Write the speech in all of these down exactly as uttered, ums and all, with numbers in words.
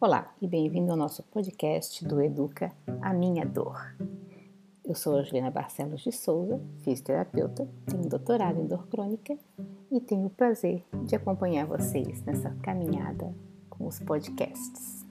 Olá e bem-vindo ao nosso podcast do Educa a Minha Dor. Eu sou a Juliana Barcelos de Souza, fisioterapeuta, tenho doutorado em dor crônica e tenho o prazer de acompanhar vocês nessa caminhada com os podcasts.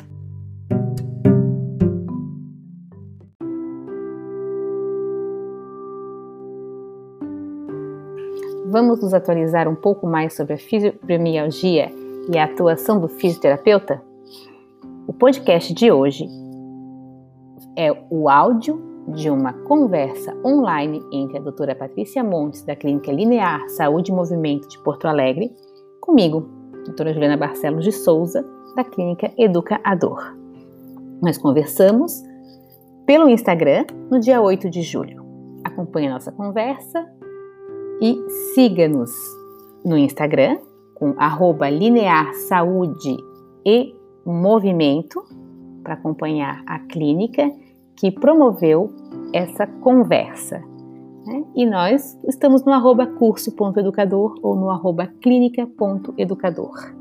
Vamos nos atualizar um pouco mais sobre a fibromialgia e a atuação do fisioterapeuta? O podcast de hoje é o áudio de uma conversa online entre a doutora Patrícia Montes, da Clínica Linear Saúde e Movimento de Porto Alegre, comigo, doutora Juliana Barcelos de Souza, da Clínica Educa a Dor. Nós conversamos pelo Instagram no dia oito de julho. Acompanhe a nossa conversa e siga-nos no Instagram com arroba linear saúde e movimento para acompanhar a clínica que promoveu essa conversa. Né? E nós estamos no arroba curso.educador ou no arroba clínica.educador.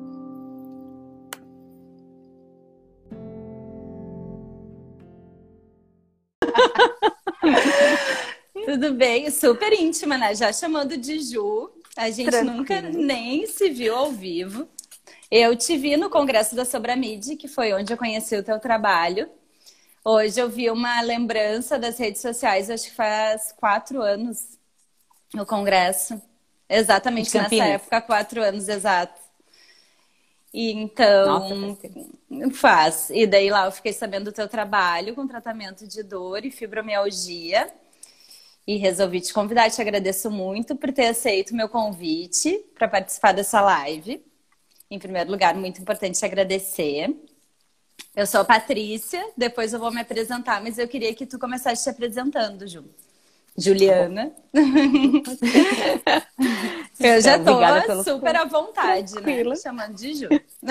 Tudo bem, super íntima, né? Já chamando de Ju, a gente Tranquilo. Nunca nem se viu ao vivo. Eu te vi no Congresso da Sobramide, que foi onde eu conheci o teu trabalho. Hoje eu vi uma lembrança das redes sociais, acho que faz quatro anos, no Congresso. Exatamente nessa época, quatro anos, exato. E então, Nossa, faz. E daí lá eu fiquei sabendo do teu trabalho com tratamento de dor e fibromialgia. E resolvi te convidar, te agradeço muito por ter aceito o meu convite para participar dessa live. Em primeiro lugar, muito importante te agradecer. Eu sou a Patrícia, depois eu vou me apresentar, mas eu queria que tu começasse te apresentando, Ju. Juliana. Eu já tô pelo... super à vontade, Tranquila. né? Chamando de Ju.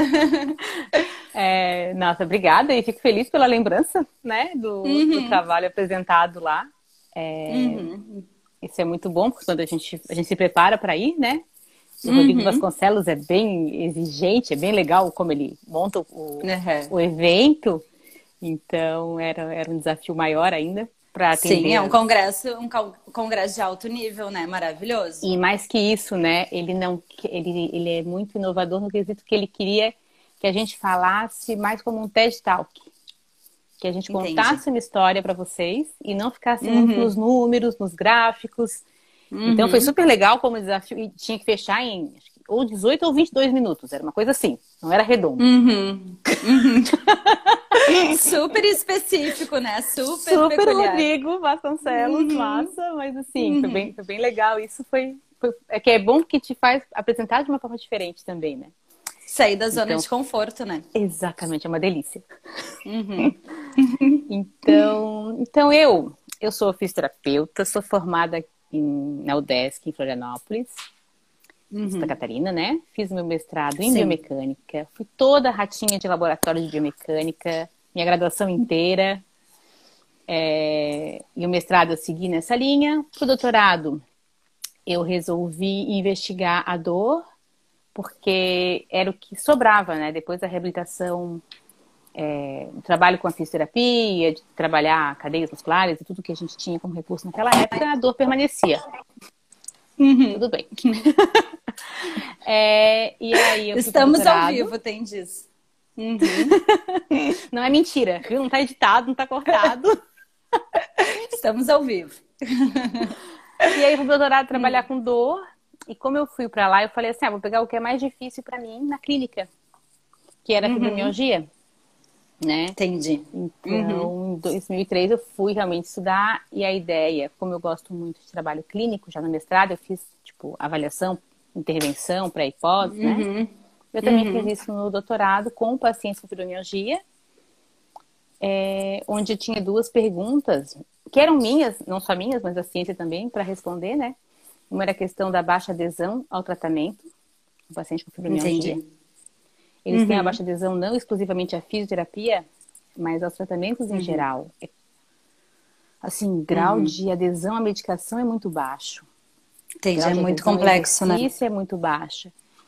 É, nossa, obrigada e fico feliz pela lembrança, né, do, uhum. do trabalho apresentado lá. É, uhum. Isso é muito bom, porque quando a gente, a gente se prepara para ir, né? O uhum. Rodrigo Vasconcelos é bem exigente, é bem legal como ele monta o, uhum. o evento. Então, era, era um desafio maior ainda para atender. Sim, é um congresso, um congresso de alto nível, né? Maravilhoso. E mais que isso, né? Ele, não, ele, ele é muito inovador no quesito que ele queria que a gente falasse mais como um TED Talk. Que a gente Entendi. contasse uma história para vocês e não ficasse uhum. muito nos números, nos gráficos. Uhum. Então foi super legal como desafio. E tinha que fechar em acho que, ou dezoito ou vinte e dois minutos. Era uma coisa assim, não era redondo. Uhum. Uhum. Super específico, né? Super, super peculiar. Rodrigo Vasconcelos, uhum. massa. Mas assim, uhum. foi, bem, foi bem legal. Isso foi, foi... É que é bom que te faz apresentar de uma forma diferente também, né? Sair da zona então, de conforto, né? Exatamente, é uma delícia. Uhum. então, então eu, eu sou fisioterapeuta, sou formada em, na UDESC, em Florianópolis, uhum. Santa Catarina, né? Fiz meu mestrado em Sim. biomecânica, fui toda ratinha de laboratório de biomecânica, minha graduação inteira. É, e o mestrado eu segui nessa linha. Pro doutorado, eu resolvi investigar a dor, porque era o que sobrava, né? Depois da reabilitação, é, trabalho com a fisioterapia, de trabalhar cadeias musculares e tudo que a gente tinha como recurso naquela época, a dor permanecia. Uhum. Tudo bem. é, e aí eu Estamos ao vivo, tem disso. Uhum. Não é mentira, viu? Não tá editado, não tá cortado. Estamos ao vivo. E aí eu fui pro doutorado trabalhar uhum. com dor. E como eu fui pra lá, eu falei assim, ah, vou pegar o que é mais difícil pra mim na clínica, que era a fibromialgia, uhum. né? Entendi. Então, uhum. em dois mil e três eu fui realmente estudar e a ideia, como eu gosto muito de trabalho clínico, já no mestrado eu fiz, tipo, avaliação, intervenção para hipótese, uhum. né? Eu também uhum. fiz isso no doutorado com pacientes com fibromialgia, é, onde eu tinha duas perguntas, que eram minhas, não só minhas, mas da ciência também, para responder, né? Uma era a questão da baixa adesão ao tratamento, o paciente com fibromialgia. Entendi. Eles uhum. têm a baixa adesão não exclusivamente à fisioterapia, mas aos tratamentos em uhum. geral. Assim, grau uhum. de adesão à medicação é muito baixo. Entendi, é muito complexo, né? Isso é muito baixo.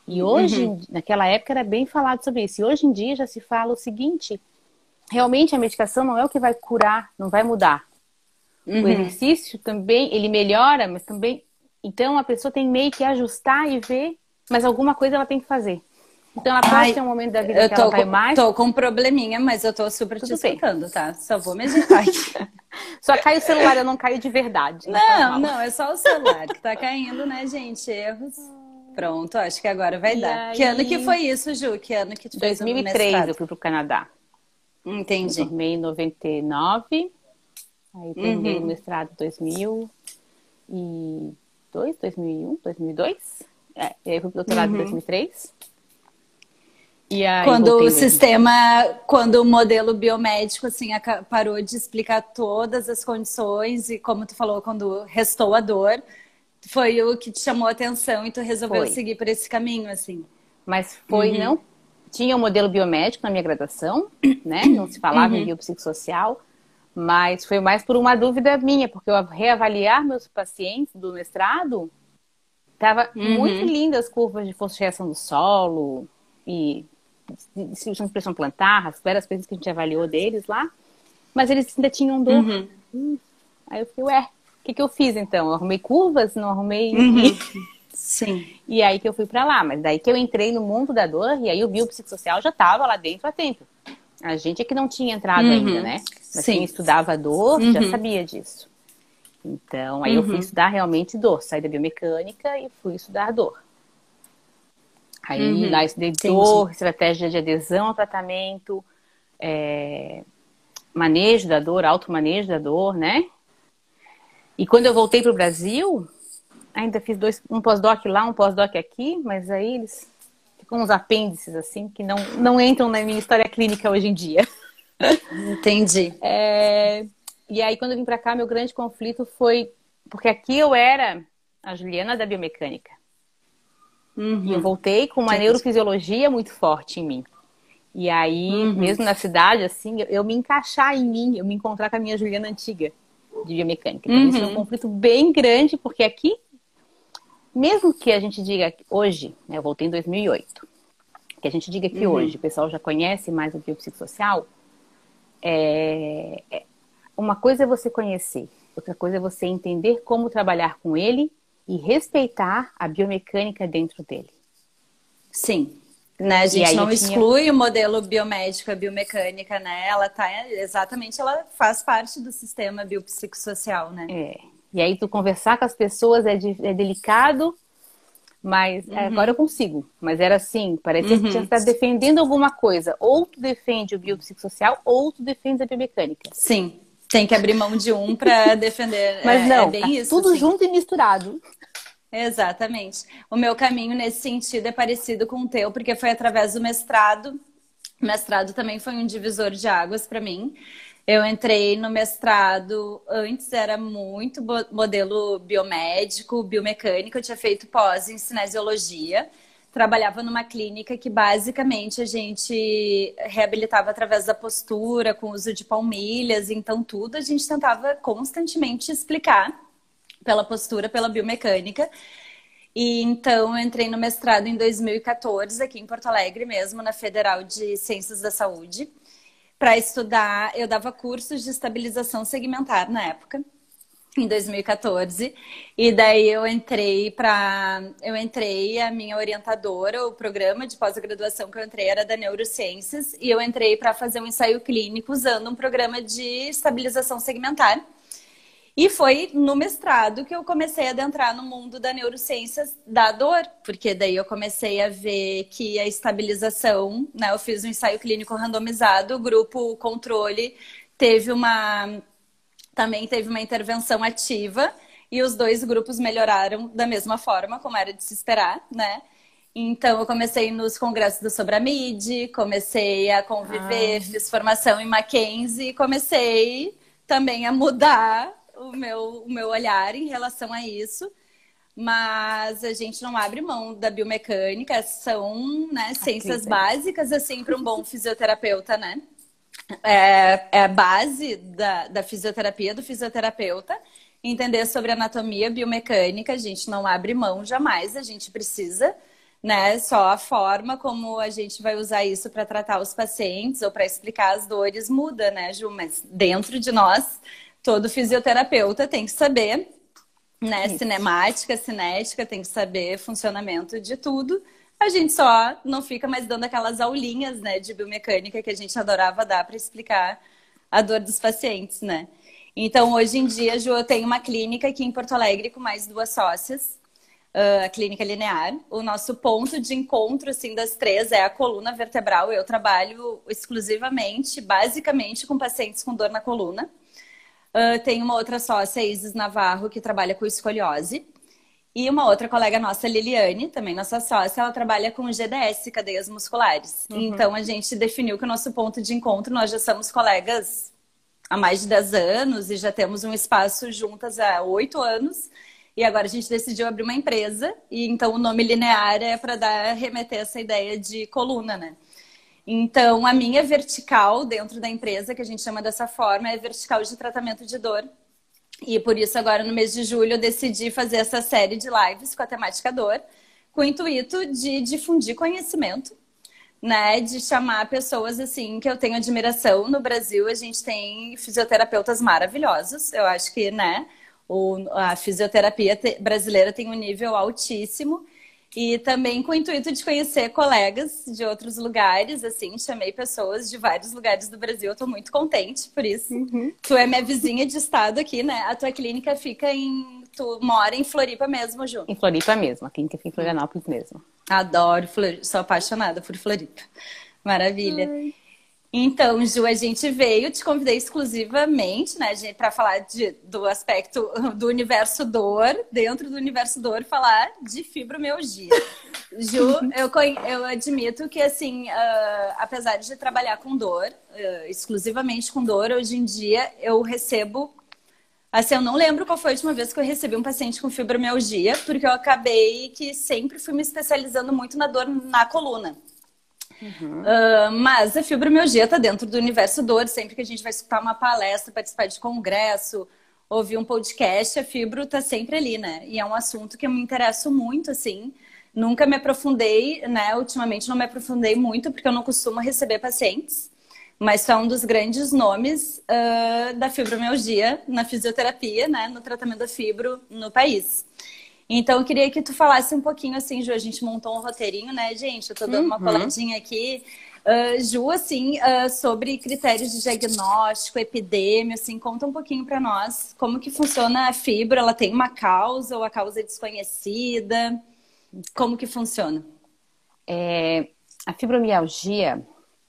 E hoje, Uhum. naquela época, era bem falado sobre isso. E hoje em dia já se fala o seguinte, realmente a medicação não é o que vai curar, não vai mudar. O Uhum. exercício também, ele melhora, mas também... Então, a pessoa tem meio que ajustar e ver, mas alguma coisa ela tem que fazer. Então, ela pode ter Ai, um momento da vida eu que ela tô, vai com- mais, tô com um probleminha, mas eu tô super te tudo bem. escutando, tá? Só vou me ajeitar aqui. Só cai o celular, eu não caio de verdade, não faz Não, mal. não, é só o celular que tá caindo, né, gente? Erros. Pronto, acho que agora vai E dar. Que ano que aí, foi isso, Ju? Que ano que tu fez o dois mil e três eu mestrado? fui pro Canadá. Me Entendi. formei em noventa e nove, aí terminei o Uhum, mestrado em dois mil e dois, dois mil e um, dois mil e dois. É, e aí fui pro doutorado em uhum. dois mil e três. E aí Quando voltei o em dois mil. sistema, quando o modelo biomédico assim aca- parou de explicar todas as condições e como tu falou, quando restou a dor, foi o que te chamou a atenção e tu resolveu Foi. seguir por esse caminho, assim. Mas foi Uhum, não... Tinha um modelo biomédico na minha graduação, né? Não se falava em uhum, biopsicossocial, mas foi mais por uma dúvida minha, porque eu ao reavaliar meus pacientes do mestrado, tava muito uhum, lindas as curvas de força de reação do solo e distribuição de pressão plantar, as várias coisas que a gente avaliou deles lá, mas eles ainda tinham dor. uhum, Aí eu fiquei, ué, o que, que eu fiz então? Eu arrumei curvas, não arrumei, enfim. uhum. Sim. E aí que eu fui pra lá, mas daí que eu entrei no mundo da dor, e aí o biopsicossocial já tava lá dentro há tempo. A gente é que não tinha entrado ainda, Uhum. né? Mas quem Sim. estudava dor já Uhum, sabia disso. Então, aí eu fui uhum, estudar realmente dor, saí da biomecânica e fui estudar dor. Aí lá uhum. eu estudei Entendi. dor, estratégia de adesão ao tratamento, é, manejo da dor, automanejo da dor, né? E quando eu voltei para o Brasil, ainda fiz dois, um pós-doc lá, um pós-doc aqui, mas aí eles ficam uns apêndices assim que não, não entram na minha história clínica hoje em dia. Entendi. É, e aí quando eu vim para cá, meu grande conflito foi porque aqui eu era a Juliana da biomecânica. E eu Uhum, voltei com uma entendi. neurofisiologia muito forte em mim. E aí, Uhum, mesmo na cidade, assim, eu, eu me encaixar em mim, eu me encontrar com a minha Juliana antiga de biomecânica. Então, isso é um uhum, conflito bem grande, porque aqui, mesmo que a gente diga que hoje, né, eu voltei em dois mil e oito, que a gente diga que uhum. hoje o pessoal já conhece mais o biopsicossocial, é, é, uma coisa é você conhecer, outra coisa é você entender como trabalhar com ele e respeitar a biomecânica dentro dele. Sim. Né, a E gente aí eu não tinha... exclui o modelo biomédico, a biomecânica, né? Ela tá exatamente, ela faz parte do sistema biopsicossocial, né? É, e aí tu conversar com as pessoas é, de, é delicado, mas é, agora eu Uhum, consigo. Mas era assim, parecia que tinha que uhum. estar defendendo alguma coisa. Ou tu defende o biopsicossocial, ou tu defende a biomecânica. Sim, tem que abrir mão de um para defender. Mas É, é não, tá bem isso, tudo assim. junto e misturado. Exatamente. O meu caminho nesse sentido é parecido com o teu, porque foi através do mestrado. O mestrado também foi um divisor de águas para mim. Eu entrei no mestrado, antes era muito bo- modelo biomédico, biomecânico, eu tinha feito pós em cinesiologia. Trabalhava numa clínica que basicamente a gente reabilitava através da postura, com uso de palmilhas, então tudo a gente tentava constantemente explicar pela postura, pela biomecânica. E então eu entrei no mestrado em dois mil e quatorze, aqui em Porto Alegre mesmo, na Federal de Ciências da Saúde, para estudar. Eu dava cursos de estabilização segmentar na época, em dois mil e quatorze. E daí eu entrei para eu entrei a minha orientadora, o programa de pós-graduação que eu entrei era da neurociências, e eu entrei para fazer um ensaio clínico usando um programa de estabilização segmentar. E foi no mestrado que eu comecei a adentrar no mundo da neurociências da dor, porque daí eu comecei a ver que a estabilização, né, eu fiz um ensaio clínico randomizado, o grupo controle teve uma também teve uma intervenção ativa e os dois grupos melhoraram da mesma forma, como era de se esperar, né? Então eu comecei nos congressos do Sobramid, comecei a Ah, conviver, fiz formação em Mackenzie, comecei também a mudar o meu, o meu olhar em relação a isso, mas a gente não abre mão da biomecânica, são, né, ciências acredito nisso. básicas assim para um bom fisioterapeuta, né? É, é a base da, da fisioterapia, do fisioterapeuta, entender sobre anatomia, biomecânica, a gente não abre mão jamais, a gente precisa, né? Só a forma como a gente vai usar isso para tratar os pacientes ou para explicar as dores muda, né, Ju? Mas dentro de nós, todo fisioterapeuta tem que saber, né? Isso. Cinemática, cinética, tem que saber funcionamento de tudo. A gente só não fica mais dando aquelas aulinhas, né, de biomecânica que a gente adorava dar para explicar a dor dos pacientes, né? Então, hoje em dia, Ju, eu tenho uma clínica aqui em Porto Alegre com mais duas sócias. Uh, a clínica linear. O nosso ponto de encontro, assim, das três é a coluna vertebral. Eu trabalho exclusivamente, basicamente, com pacientes com dor na coluna. Uh, tem uma outra sócia, Isis Navarro, que trabalha com escoliose. E uma outra colega nossa, Liliane, também nossa sócia, ela trabalha com G D S, cadeias musculares. Uhum. Então, a gente definiu que o nosso ponto de encontro, nós já somos colegas há mais de dez anos e já temos um espaço juntas há oito anos. E agora a gente decidiu abrir uma empresa, e então o nome linear é para dar remeter essa ideia de coluna, né? Então, a minha vertical dentro da empresa, que a gente chama dessa forma, é vertical de tratamento de dor. E por isso, agora no mês de julho, eu decidi fazer essa série de lives com a temática dor, com o intuito de difundir conhecimento, né? De chamar pessoas assim que eu tenho admiração. No Brasil, a gente tem fisioterapeutas maravilhosos, eu acho que, né? O, a fisioterapia te, brasileira tem um nível altíssimo, e também com o intuito de conhecer colegas de outros lugares, assim, chamei pessoas de vários lugares do Brasil, eu tô muito contente por isso. Uhum. Tu é minha vizinha de estado aqui, né? A tua clínica fica em... Tu mora em Floripa mesmo, Ju? Em Floripa mesmo, a clínica fica em Florianópolis mesmo. Adoro Floripa, sou apaixonada por Floripa. Maravilha. Ai. Então, Ju, a gente veio, te convidei exclusivamente, né, para falar de, do aspecto do universo dor, dentro do universo dor, falar de fibromialgia. Ju, eu, eu admito que, assim, uh, apesar de trabalhar com dor, uh, exclusivamente com dor, hoje em dia eu recebo, assim, eu não lembro qual foi a última vez que eu recebi um paciente com fibromialgia, porque eu acabei que sempre fui me especializando muito na dor na coluna. Uhum. Uh, mas a fibromialgia está dentro do universo dor. Sempre que a gente vai escutar uma palestra, participar de congresso, ouvir um podcast, a fibro está sempre ali, né? E é um assunto que eu me interesso muito, assim. Nunca me aprofundei, né? Ultimamente não me aprofundei muito, porque eu não costumo receber pacientes. Mas é um dos grandes nomes uh, da fibromialgia na fisioterapia, né? No tratamento da fibro no país. Então, eu queria que tu falasse um pouquinho, assim, Ju, a gente montou um roteirinho, né, gente? Eu tô dando uma uhum. coladinha aqui. Uh, Ju, assim, uh, sobre critérios de diagnóstico, epidemia, assim, conta um pouquinho para nós como que funciona a fibro. Ela tem uma causa ou a causa é desconhecida? Como que funciona? É, a fibromialgia,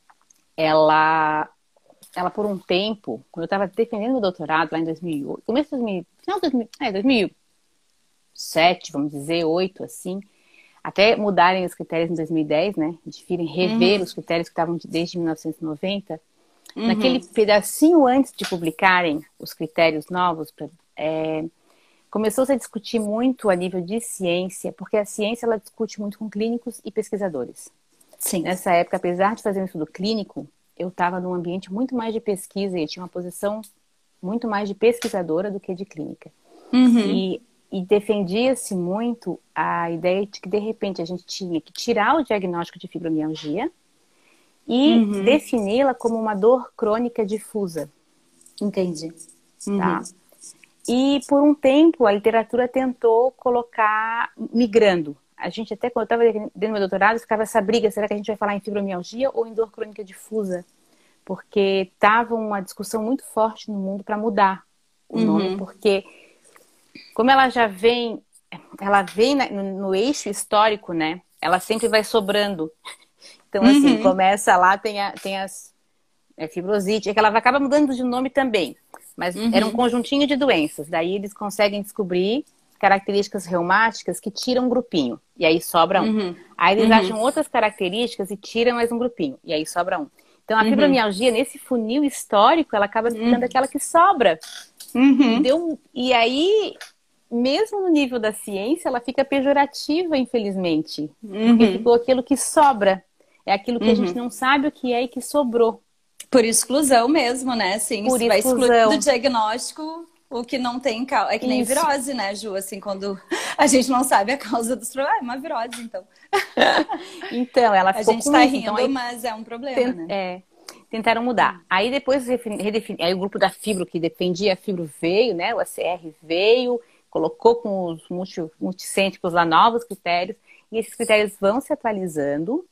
ela, ela por um tempo, quando eu estava defendendo o doutorado lá em dois mil e oito, começo de dois mil, final de dois mil, é, dois mil sete, vamos dizer, oito, assim, até mudarem os critérios em dois mil e dez, né? De virem rever uhum. os critérios que estavam desde mil novecentos e noventa. Uhum. Naquele pedacinho antes de publicarem os critérios novos, é, começou-se a discutir muito a nível de ciência, porque a ciência ela discute muito com clínicos e pesquisadores. Sim. Nessa época, apesar de fazer um estudo clínico, eu estava num ambiente muito mais de pesquisa e eu tinha uma posição muito mais de pesquisadora do que de clínica. Uhum. E E defendia-se muito a ideia de que, de repente, a gente tinha que tirar o diagnóstico de fibromialgia e uhum. defini-la como uma dor crônica difusa. Entendi. Uhum. Tá? E, por um tempo, a literatura tentou colocar migrando. A gente, até quando eu estava dentro do meu doutorado, ficava essa briga, será que a gente vai falar em fibromialgia ou em dor crônica difusa? Porque estava uma discussão muito forte no mundo para mudar o uhum. nome, porque... Como ela já vem, ela vem no, no eixo histórico, né? Ela sempre vai sobrando. Então, assim, uhum. começa lá, tem, a, tem as é, fibrosite, é que ela acaba mudando de nome também. Mas uhum. era um conjuntinho de doenças. Daí eles conseguem descobrir características reumáticas que tiram um grupinho. E aí sobra um. Uhum. Aí eles uhum. acham outras características e tiram mais um grupinho. E aí sobra um. Então, a fibromialgia, uhum. nesse funil histórico, ela acaba ficando uhum. aquela que sobra. Uhum. Deu, e aí, mesmo no nível da ciência, ela fica pejorativa, infelizmente. Uhum. Porque ficou aquilo que sobra. É aquilo que uhum. a gente não sabe o que é e que sobrou. Por exclusão mesmo, né? Sim, Por isso vai exclusão. excluir do diagnóstico o que não tem causa. É que nem Isso. virose, né, Ju? Assim, quando a gente não sabe a causa dos problemas. Ah, é uma virose, então. Então, ela A ficou gente com tá isso. rindo, Então, aí mas é um problema, ten- né? é, tentaram mudar. Aí depois redefini- redefini- aí o grupo da Fibro, que defendia a Fibro, veio, né? O A C R veio, colocou com os multi, multicêntricos lá novos critérios, e esses critérios vão se atualizando.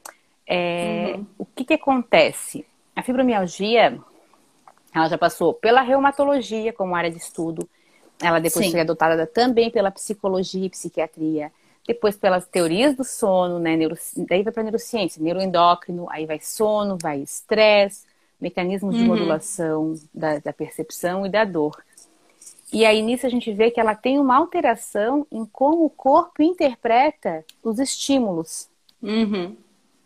É, Uhum. o que que acontece? A fibromialgia, ela já passou pela reumatologia como área de estudo, ela depois foi Sim. adotada também pela psicologia e psiquiatria, depois pelas teorias do sono, né? Neuro, daí vai para neurociência, neuroendócrino, aí vai sono, vai estresse, mecanismos de Uhum. modulação da, da percepção e da dor. E aí nisso a gente vê que ela tem uma alteração em como o corpo interpreta os estímulos. Uhum.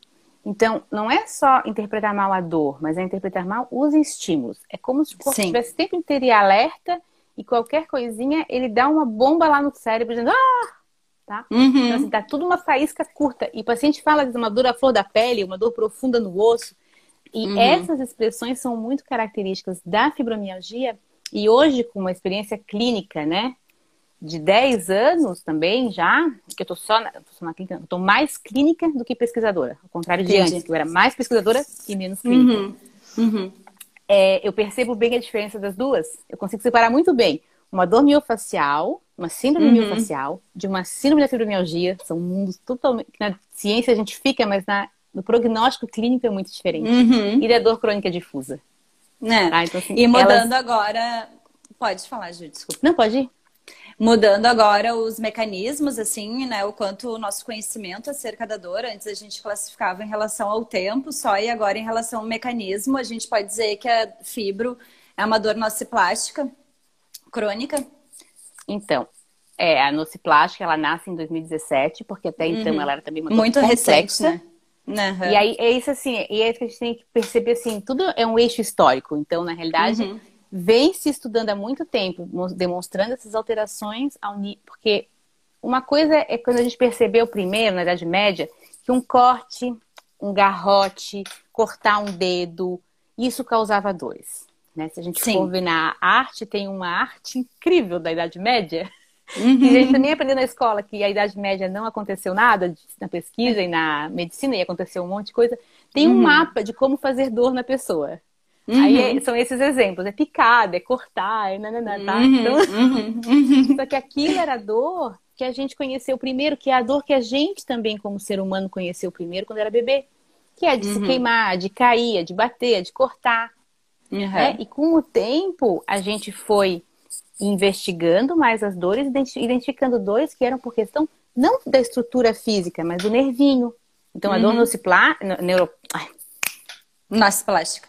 Então, não é só interpretar mal a dor, mas é interpretar mal os estímulos. É como se o corpo Sim. estivesse sempre inteiro alerta e qualquer coisinha, ele dá uma bomba lá no cérebro, dizendo, ah, tá? Então, assim, Uhum. tá tudo uma faísca curta. E o paciente fala de uma dor à flor da pele, uma dor profunda no osso. E Uhum. essas expressões são muito características da fibromialgia. E hoje, com uma experiência clínica, né? De dez anos também já, que eu tô só na, tô só na clínica, eu tô mais clínica do que pesquisadora, ao contrário de antes, Entendi. que eu era mais pesquisadora e menos clínica. Uhum. Uhum. É, eu percebo bem a diferença das duas, eu consigo separar muito bem uma dor miofacial, uma síndrome Uhum. miofacial, de uma síndrome da fibromialgia, são mundos totalmente, que na ciência a gente fica, mas na, no prognóstico clínico é muito diferente, e Uhum. da dor crônica difusa, Né? tá? Então assim, E mudando elas, agora, pode falar, Ju, desculpa. não, pode ir? Mudando agora os mecanismos, assim, né? O quanto o nosso conhecimento acerca da dor, antes a gente classificava em relação ao tempo só, e agora em relação ao mecanismo, a gente pode dizer que a fibro é uma dor nociplástica crônica. Então, é, a nociplástica, ela nasce em dois mil e dezessete, porque até então Uhum. ela era também uma dor Muito recente, complexa. né? E Uhum. aí, é isso assim, e é isso que a gente tem que perceber, assim, tudo é um eixo histórico. Então, na realidade, Uhum. vem se estudando há muito tempo, demonstrando essas alterações, ao ni- porque uma coisa é quando a gente percebeu primeiro, na Idade Média, que um corte, um garrote, cortar um dedo, isso causava dores. Né? Se a gente for Sim. ver na arte, tem uma arte incrível da Idade Média, que a gente também Uhum. aprendeu na escola que a Idade Média não aconteceu nada na pesquisa e na medicina, e aconteceu um monte de coisa. Tem um Uhum. mapa de como fazer dor na pessoa. Aí é- Uhum. são esses exemplos, é picada, é cortar, é nananã, tá? Então, Uhum. Uhum. Uhum. só que aquilo era a dor que a gente conheceu primeiro, que é a dor que a gente também, como ser humano, conheceu primeiro quando era bebê. Que é de se Uhum. queimar, de cair, de bater, de cortar, né? Uhum. E com o tempo, a gente foi investigando mais as dores, identi- identificando dores que eram por questão não da estrutura física, mas do nervinho. Então, a dor Uhum. nociplá... no- Neuro... ai, Nossa, plástica.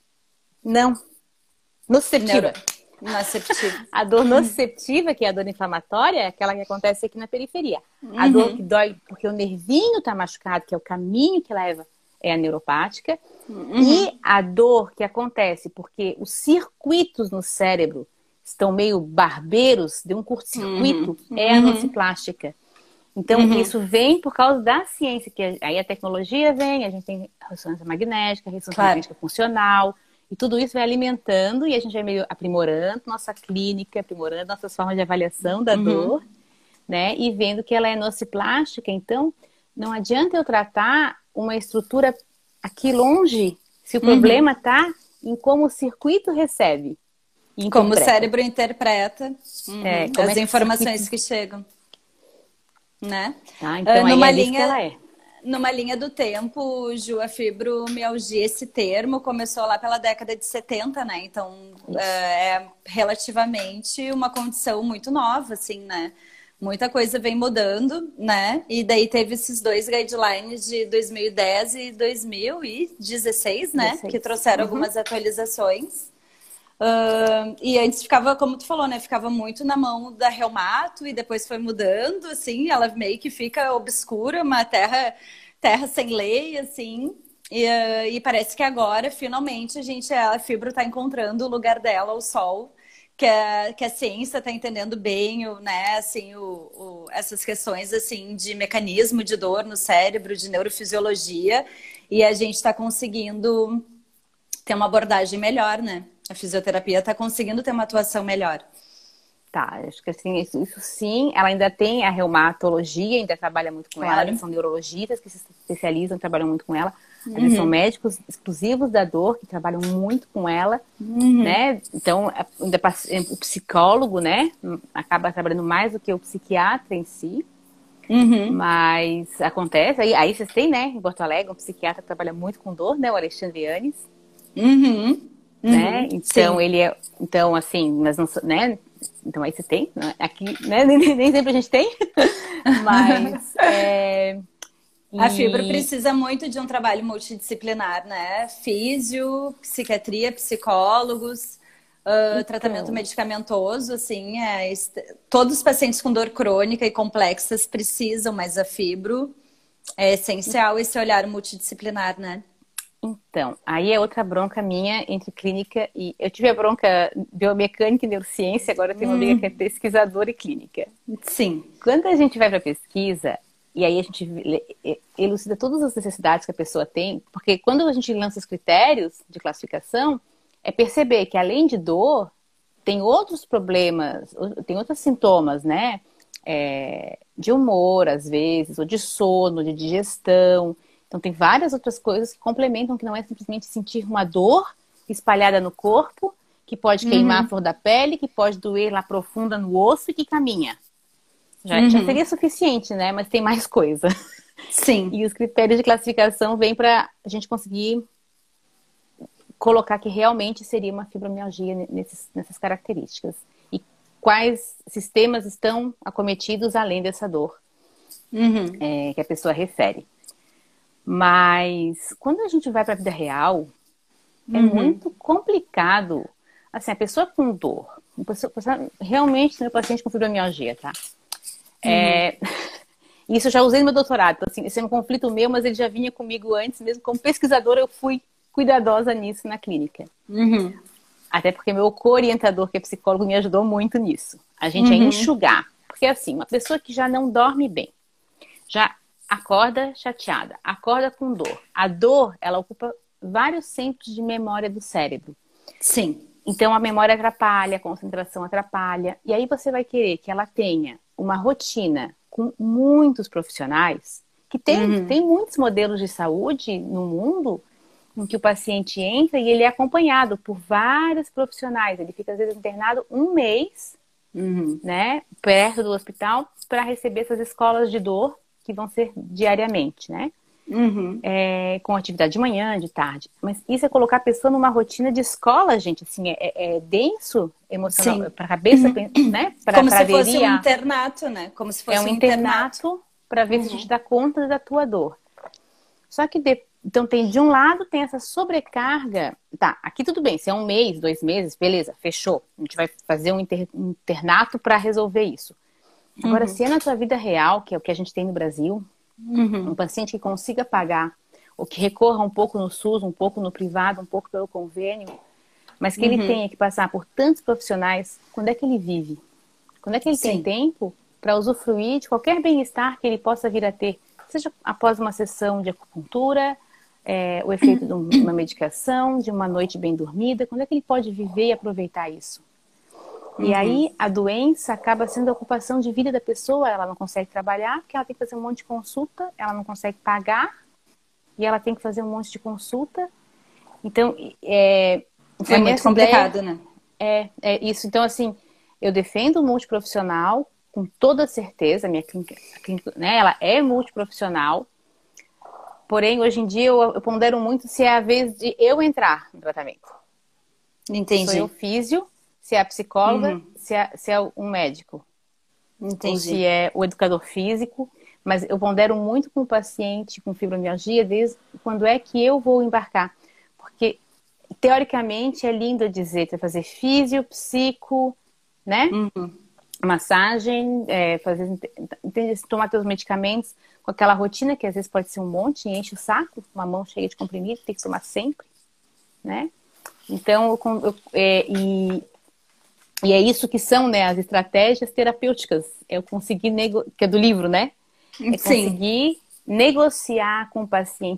não, Neuro... nociceptiva. Noceptiva. A dor nociceptiva, que é a dor inflamatória, é aquela que acontece aqui na periferia. A dor que Uhum. dói porque o nervinho está machucado, que é o caminho que leva, é a neuropática. Uhum. E a dor que acontece porque os circuitos no cérebro estão meio barbeiros, de um Uhum. curto-circuito, é a Uhum. nociplástica. Então, Uhum. isso vem por causa da ciência, que aí a tecnologia vem, a gente tem ressonância magnética, ressonância Claro. magnética funcional, e tudo isso vai alimentando e a gente vai meio aprimorando nossa clínica, aprimorando nossas formas de avaliação da Uhum. dor, né? E vendo que ela é nociplástica, então não adianta eu tratar uma estrutura aqui longe, se o Uhum. problema está em como o circuito recebe e Como o interpreta. cérebro interpreta, É, uhum, como as é que o circuito... informações que chegam, né? Tá? Ah, Então aí numa é disso que linha, ela é. numa linha do tempo, Ju, a fibromialgia, esse termo começou lá pela década de setenta, né? Então, ah, Isso. é relativamente uma condição muito nova, assim, né? Muita coisa vem mudando, né? E daí teve esses dois guidelines de dois mil e dez e dois mil e dezesseis, né? Que dezesseis. trouxeram Uhum. algumas atualizações. Uh, e antes ficava, como tu falou, né? Ficava muito na mão da Reumato e depois foi mudando, assim. Ela meio que fica obscura, uma terra, terra sem lei, assim. E, uh, e parece que agora, finalmente, a gente, a fibra está encontrando o lugar dela, o sol, que a, que a ciência está entendendo bem, o, né? Assim, o, o, essas questões assim de mecanismo de dor no cérebro, de neurofisiologia, e a gente está conseguindo ter uma abordagem melhor, né? A fisioterapia está conseguindo ter uma atuação melhor. Tá, acho que assim, isso, isso sim, ela ainda tem a reumatologia, ainda trabalha muito com Claro. ela, eles são neurologistas que se especializam, trabalham muito com ela, Uhum. eles são médicos exclusivos da dor, que trabalham muito com ela, Uhum. né, então ainda, o psicólogo, né, acaba trabalhando mais do que o psiquiatra em si, Uhum. mas acontece, aí, aí vocês têm, né, em Porto Alegre, um psiquiatra que trabalha muito com dor, né, o Alexandre Yanes, Uhum. né, Uhum. então Sim. ele é, então assim, mas não, né, então aí você tem, né? Aqui, né? Nem, nem sempre a gente tem, mas é, A fibro e precisa muito de um trabalho multidisciplinar, né? Físio, psiquiatria, psicólogos, uh, tratamento então, medicamentoso, assim, é, est- todos os pacientes com dor crônica e complexas precisam, mas a fibro é essencial esse olhar multidisciplinar, né? então, aí é outra bronca minha entre clínica e eu tive a bronca biomecânica e neurociência, agora eu tenho uma amiga que é Hum, pesquisadora e clínica. sim. Quando a gente vai para pesquisa e aí a gente elucida todas as necessidades que a pessoa tem, porque quando a gente lança os critérios de classificação, é perceber que além de dor, tem outros problemas, tem outros sintomas, né? É, de humor, às vezes, ou de sono, de digestão. Então, tem várias outras coisas que complementam, que não é simplesmente sentir uma dor espalhada no corpo, que pode queimar a Uhum, flor da pele, que pode doer lá profunda no osso e que caminha. Já, já uhum. seria suficiente, né? Mas tem mais coisa. Sim. E os critérios de classificação vêm para a gente conseguir colocar que realmente seria uma fibromialgia nesses, nessas características. E quais sistemas estão acometidos além dessa dor Uhum, é, que a pessoa refere. Mas quando a gente vai para a vida real, é uhum, muito complicado. Assim, a pessoa com dor, a pessoa, a pessoa, realmente meu paciente com fibromialgia, tá? uhum, É, isso eu já usei no meu doutorado. Então, assim, esse é um conflito meu, mas ele já vinha comigo antes, mesmo como pesquisadora, eu fui cuidadosa nisso na clínica. uhum, Até porque meu co-orientador, que é psicólogo, me ajudou muito nisso. A gente é uhum. enxugar. Porque assim, uma pessoa que já não dorme bem, já acorda chateada, acorda com dor. A dor, ela ocupa vários centros de memória do cérebro. Sim. Então a memória atrapalha, a concentração atrapalha. E aí você vai querer que ela tenha uma rotina com muitos profissionais, que tem, Uhum, tem muitos modelos de saúde no mundo em que o paciente entra e ele é acompanhado por vários profissionais. Ele fica, às vezes, internado um mês, uhum, né, perto do hospital, para receber essas escolas de dor que vão ser diariamente, né? uhum. É, com atividade de manhã, de tarde. Mas isso é colocar a pessoa numa rotina de escola, gente. Assim, é, é é denso emocional Sim. para a cabeça, né? Para Como se fosse aderir um a... internato, né? Como se É fosse um um internato. internato para ver se a gente Uhum. dá conta da tua dor. Só que, de... então, tem de um lado, tem essa sobrecarga. Tá, aqui tudo bem, se é um mês, dois meses, beleza, fechou. A gente vai fazer um inter... internato para resolver isso. Agora, Uhum. se é na tua vida real, que é o que a gente tem no Brasil, um Uhum. paciente que consiga pagar, ou que recorra um pouco no SUS, um pouco no privado, um pouco pelo convênio, mas que ele Uhum. tenha que passar por tantos profissionais, quando é que ele vive? Quando é que ele tem Sim. tempo para usufruir de qualquer bem-estar que ele possa vir a ter? Seja após uma sessão de acupuntura, é, o efeito de uma medicação, de uma noite bem dormida, quando é que ele pode viver e aproveitar isso? E Uhum. aí a doença acaba sendo a ocupação de vida da pessoa, ela não consegue trabalhar, porque ela tem que fazer um monte de consulta, ela não consegue pagar, e ela tem que fazer um monte de consulta. Então, é, É foi muito nessa ideia, complicado, né? é, é isso. Então, assim, eu defendo o multiprofissional com toda certeza, a minha clínica, a clínica, né, ela é multiprofissional, porém, hoje em dia, eu, eu pondero muito se é a vez de eu entrar no tratamento. Se sou eu Entendi. físio, se é a psicóloga, Uhum. se é, se é um médico, ou se Entendi. é o educador físico, mas eu pondero muito com o paciente com fibromialgia desde quando é que eu vou embarcar. Porque, teoricamente, é lindo dizer que fazer físio, psico, né? Uhum. Massagem, é, fazer, entende? Tomar teus medicamentos com aquela rotina que às vezes pode ser um monte, enche o saco, uma mão cheia de comprimido, tem que tomar sempre, né? Então, eu, eu, é, e, e é isso que são, né, as estratégias terapêuticas. É eu conseguir, nego... que é do livro, né? É Sim. conseguir negociar com o paciente.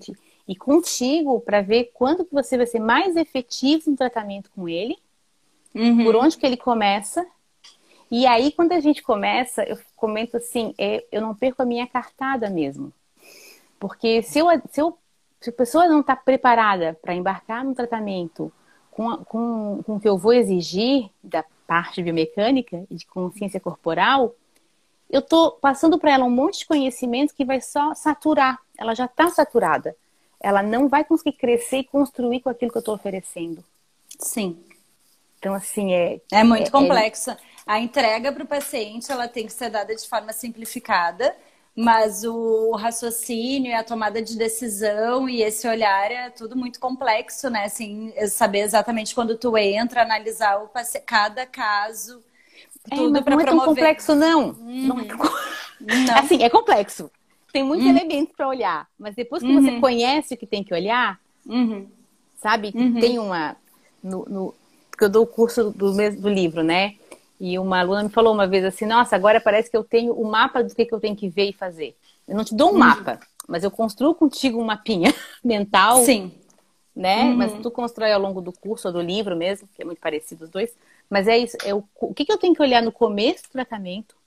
e contigo para ver quando que você vai ser mais efetivo no tratamento com ele, uhum. por onde que ele começa. E aí, quando a gente começa, eu comento assim, é, eu não perco a minha cartada mesmo. Porque se, eu, se, eu, se a pessoa não está preparada para embarcar no tratamento com, a, com, com o que eu vou exigir da parte biomecânica e de consciência corporal, eu estou passando para ela um monte de conhecimento que vai só saturar. Ela já está saturada. Ela não vai conseguir crescer e construir com aquilo que eu estou oferecendo. Sim. Então, assim, é... É muito é, complexo. É... A entrega para o paciente, ela tem que ser dada de forma simplificada, mas o raciocínio e a tomada de decisão e esse olhar é tudo muito complexo, né? Assim, saber exatamente quando tu entra, analisar o paci... cada caso, tudo é, para não é promover. tão complexo, não. Uhum. Não, é tão... não. Assim, é complexo. Tem muitos uhum. elementos para olhar, mas depois que uhum. você conhece o que tem que olhar, uhum. sabe? Que uhum. tem uma... No, no... Porque eu dou o curso do, do livro, né? E uma aluna me falou uma vez assim, nossa, agora parece que eu tenho o mapa do que, que eu tenho que ver e fazer. Eu não te dou um uhum. mapa, mas eu construo contigo um mapinha mental. Sim. Né? Uhum. Mas tu constrói ao longo do curso ou do livro mesmo, que é muito parecido os dois. Mas é isso, é o, o que, que eu tenho que olhar no começo do tratamento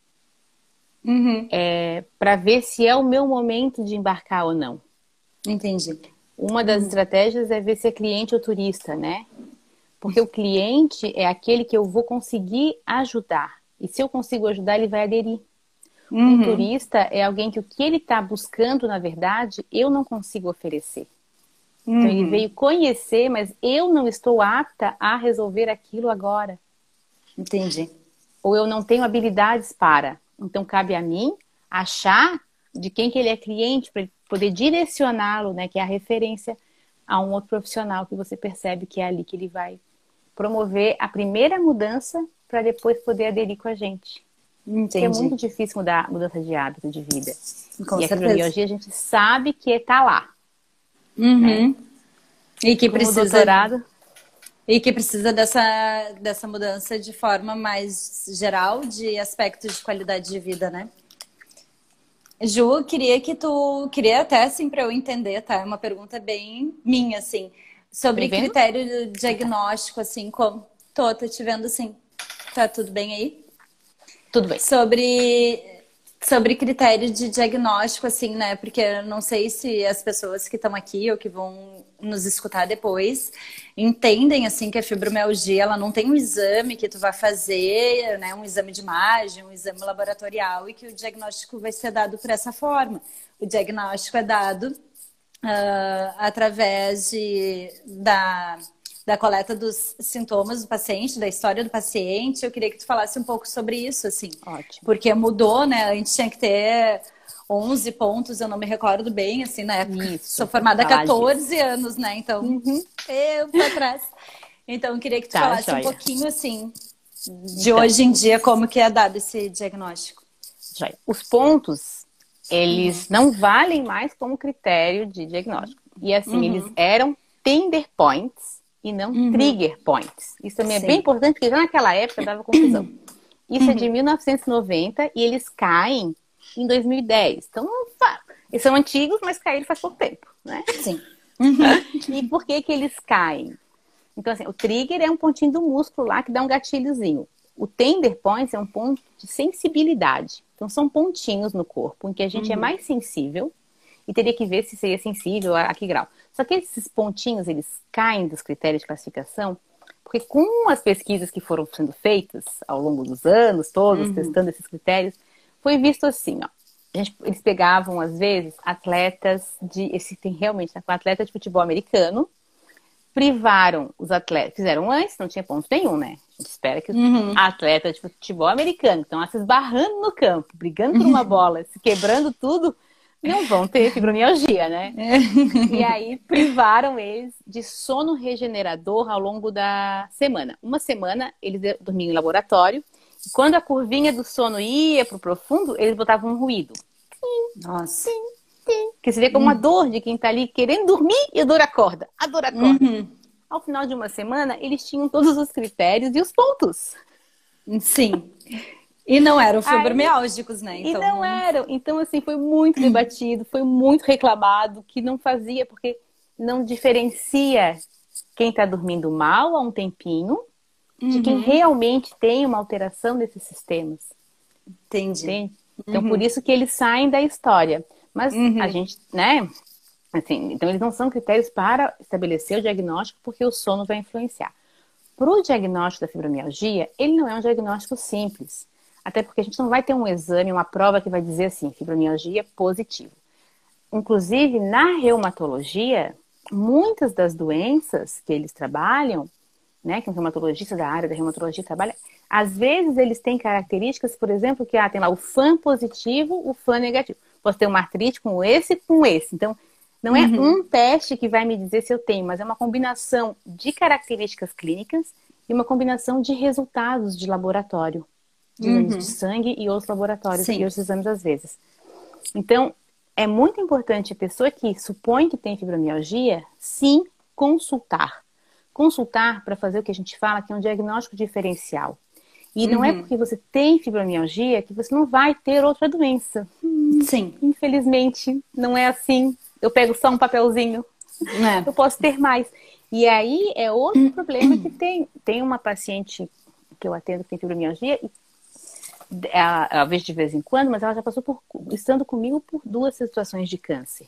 uhum. é, para ver se é o meu momento de embarcar ou não. Entendi. Uma das uhum. estratégias é ver se é cliente ou turista, né? Porque o cliente é aquele que eu vou conseguir ajudar. E se eu consigo ajudar, ele vai aderir. Uhum. Um turista é alguém que o que ele está buscando, na verdade, eu não consigo oferecer. Então, uhum. ele veio conhecer, mas eu não estou apta a resolver aquilo agora. Entendi. Ou eu não tenho habilidades para. Então, cabe a mim achar de quem que ele é cliente para poder direcioná-lo, né? Que é a referência a um outro profissional que você percebe que é ali que ele vai promover a primeira mudança para depois poder aderir com a gente. Entendi. Porque é muito difícil mudar mudança de hábito de vida. Com e certeza. a fibromialgia a gente sabe que está lá. Uhum. Né? E que Como precisa doutorado... e que precisa dessa, dessa mudança de forma mais geral de aspectos de qualidade de vida, né? Ju, queria que tu queria até assim para eu entender, tá? É uma pergunta bem minha assim, sobre critério diagnóstico assim, como tô, tô te vendo assim. Tá tudo bem aí? Tudo bem. Sobre Sobre critério de diagnóstico, assim, né? Porque eu não sei se as pessoas que estão aqui ou que vão nos escutar depois entendem, assim, que a fibromialgia, ela não tem um exame que tu vai fazer, né? Um exame de imagem, um exame laboratorial e que o diagnóstico vai ser dado por essa forma. O diagnóstico é dado uh, através de, da... da coleta dos sintomas do paciente, da história do paciente. Eu queria que tu falasse um pouco sobre isso, assim. Ótimo. Porque mudou, né? A gente tinha que ter onze pontos, eu não me recordo bem, assim, na época. Isso, sou formada há quatorze disso. anos, né? Então, uhum. eu pra trás. Então, eu queria que tu tá, falasse joia. um pouquinho, assim, de então, hoje em dia, como que é dado esse diagnóstico. Joia. Os pontos, eles uhum. não valem mais como critério de diagnóstico. E assim, uhum. eles eram tender points, e não uhum. trigger points. Isso também Sim. é bem importante, porque já naquela época dava confusão. Isso uhum. é de mil novecentos e noventa e eles caem em dois mil e dez. Então, eles são antigos, mas caíram faz pouco tempo, né? Sim. Uhum. E por que que eles caem? Então, assim, o trigger é um pontinho do músculo lá que dá um gatilhozinho. O tender points é um ponto de sensibilidade. Então, são pontinhos no corpo em que a gente uhum. é mais sensível e teria que ver se seria sensível a, a que grau. Só que esses pontinhos, eles caem dos critérios de classificação, porque com as pesquisas que foram sendo feitas ao longo dos anos todos, uhum. testando esses critérios, foi visto assim, ó. A gente, eles pegavam, às vezes, atletas de... Esse tem realmente, tá, com atleta de futebol americano, privaram os atletas, fizeram antes, não tinha ponto nenhum, né? A gente espera que os uhum. atletas de futebol americano, que estão lá se esbarrando no campo, brigando por uma bola, se quebrando tudo, não vão ter fibromialgia, né? E aí privaram eles de sono regenerador ao longo da semana. Uma semana eles dormiam em laboratório e quando a curvinha do sono ia pro profundo, eles botavam um ruído. Nossa. Tim, tim, que se vê como uma dor de quem tá ali querendo dormir e a dor acorda. A dor acorda. Uhum. Ao final de uma semana, eles tinham todos os critérios e os pontos. Sim. E não eram fibromiálgicos, né? Então, e não eram. Então, assim, foi muito debatido, foi muito reclamado, que não fazia, porque não diferencia quem está dormindo mal há um tempinho de quem Uhum. realmente tem uma alteração desses sistemas. Entendi. Entende? Então, Uhum. por isso que eles saem da história. Mas Uhum. a gente, né? Assim, então, eles não são critérios para estabelecer o diagnóstico, porque o sono vai influenciar. Para o diagnóstico da fibromialgia, ele não é um diagnóstico simples. Até porque a gente não vai ter um exame, uma prova que vai dizer assim, fibromialgia positivo. Inclusive, na reumatologia, muitas das doenças que eles trabalham, né, que um reumatologista da área da reumatologia trabalha, às vezes eles têm características, por exemplo, que ah, tem lá o F A M positivo, o F A M negativo. Posso ter uma artrite com esse e com esse. Então, não é Uhum. um teste que vai me dizer se eu tenho, mas é uma combinação de características clínicas e uma combinação de resultados de laboratório, de exames de Uhum. sangue e outros laboratórios e Sim. outros exames às vezes. Então, é muito importante a pessoa que supõe que tem fibromialgia, sim, consultar. Consultar para fazer o que a gente fala que é um diagnóstico diferencial. E não é Uhum. porque você tem fibromialgia que você não vai ter outra doença. Hum, Sim. infelizmente, não é assim. Eu pego só um papelzinho, É. eu posso ter mais. E aí é outro problema que tem. Tem uma paciente que eu atendo que tem fibromialgia e ela, ela vejo de vez em quando, mas ela já passou por, estando comigo por duas situações de câncer.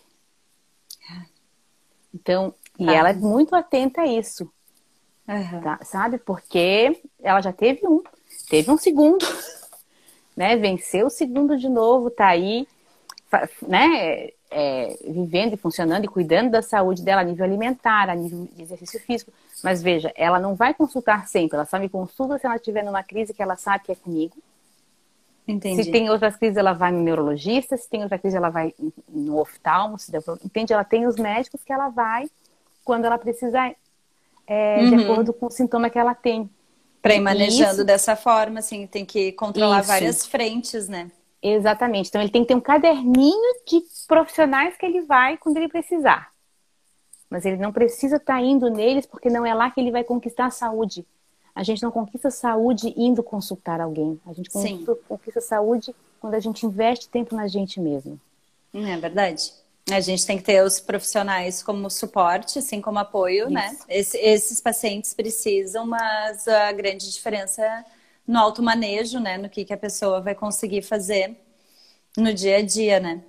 Então, e Tá. ela é muito atenta a isso, Uhum. tá? Sabe? Porque ela já teve um, teve um segundo, né? Venceu o segundo de novo, tá aí, né? É, vivendo e funcionando e cuidando da saúde dela a nível alimentar, a nível de exercício físico. Mas veja, ela não vai consultar sempre, ela só me consulta se ela estiver numa crise que ela sabe que é comigo. Se Entendi. tem outras crises, ela vai no neurologista. Se tem outra crise, ela vai no oftalmo. Se der problema. Entende? Ela tem os médicos que ela vai quando ela precisar, é, de Uhum. acordo com o sintoma que ela tem. Para ir E manejando isso, dessa forma, assim, tem que controlar isso, várias frentes, né? exatamente. Então, ele tem que ter um caderninho de profissionais que ele vai quando ele precisar. Mas ele não precisa estar indo neles, porque não é lá que ele vai conquistar a saúde. A gente não conquista saúde indo consultar alguém. A gente Sim, conquista saúde quando a gente investe tempo na gente mesmo. não é verdade? A gente tem que ter os profissionais como suporte, assim como apoio, né? Isso. Esse- esses pacientes precisam, mas a grande diferença é no automanejo, né? No que, que a pessoa vai conseguir fazer no dia a dia, né?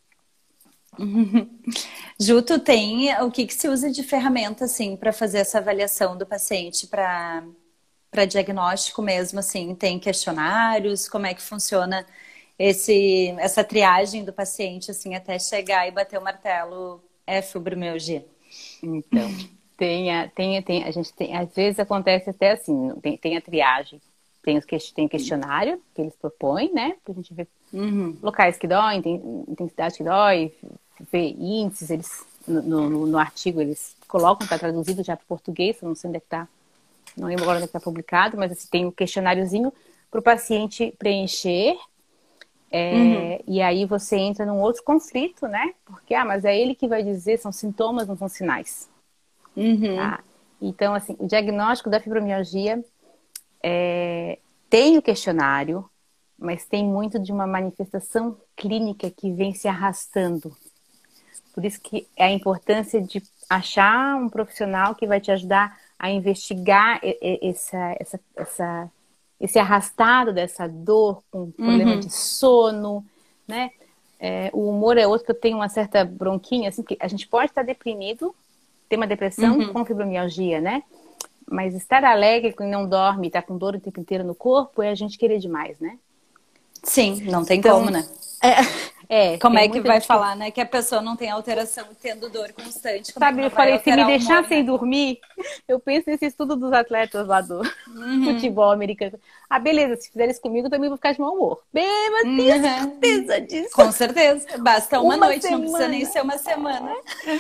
Ju, tu tem o que, que se usa de ferramenta, assim, para fazer essa avaliação do paciente para para diagnóstico mesmo, assim? Tem questionários? Como é que funciona esse, essa triagem do paciente, assim, até chegar e bater o martelo, é fibromialgia? Então, tem a, tem, tem, a gente tem, às vezes acontece até assim, tem, tem a triagem, tem os que, tem questionário que eles propõem, né? Pra gente ver Uhum. locais que doem, tem, intensidade que dói, ver índices, eles no, no, no artigo eles colocam, tá traduzido já para o português, eu não sei onde é que tá, não lembro agora onde é que tá publicado, mas assim, tem o um questionáriozinho para o paciente preencher. Uhum. É, e aí você entra num outro conflito, né? Porque, ah, mas é ele que vai dizer, são sintomas, não são sinais. Uhum. Tá? Então, assim, o diagnóstico da fibromialgia é, tem o questionário, mas tem muito de uma manifestação clínica que vem se arrastando. Por isso que é a importância de achar um profissional que vai te ajudar a investigar essa, essa, essa, esse arrastado dessa dor com problema Uhum. de sono, né? É, o humor é outro que eu tenho uma certa bronquinha, assim, que a gente pode estar deprimido, ter uma depressão Uhum. com fibromialgia, né? Mas estar alegre quando não dorme, estar com dor o tempo inteiro no corpo, é a gente querer demais, né? Sim, não tem como, Então, né? é, é Como tem é que muita vai gente que, falar, né? Que a pessoa não tem alteração tendo dor constante. Como é que sabe, não eu vai falei, se me alterar o deixar humor, sem né? dormir, eu penso nesse estudo dos atletas lá do Uhum. futebol americano. Ah, beleza, se fizer isso comigo, eu também vou ficar de mau humor. Bem, mas tenho Uhum. certeza disso. Com certeza. Basta uma Uma noite, não precisa nem semana. ser uma semana.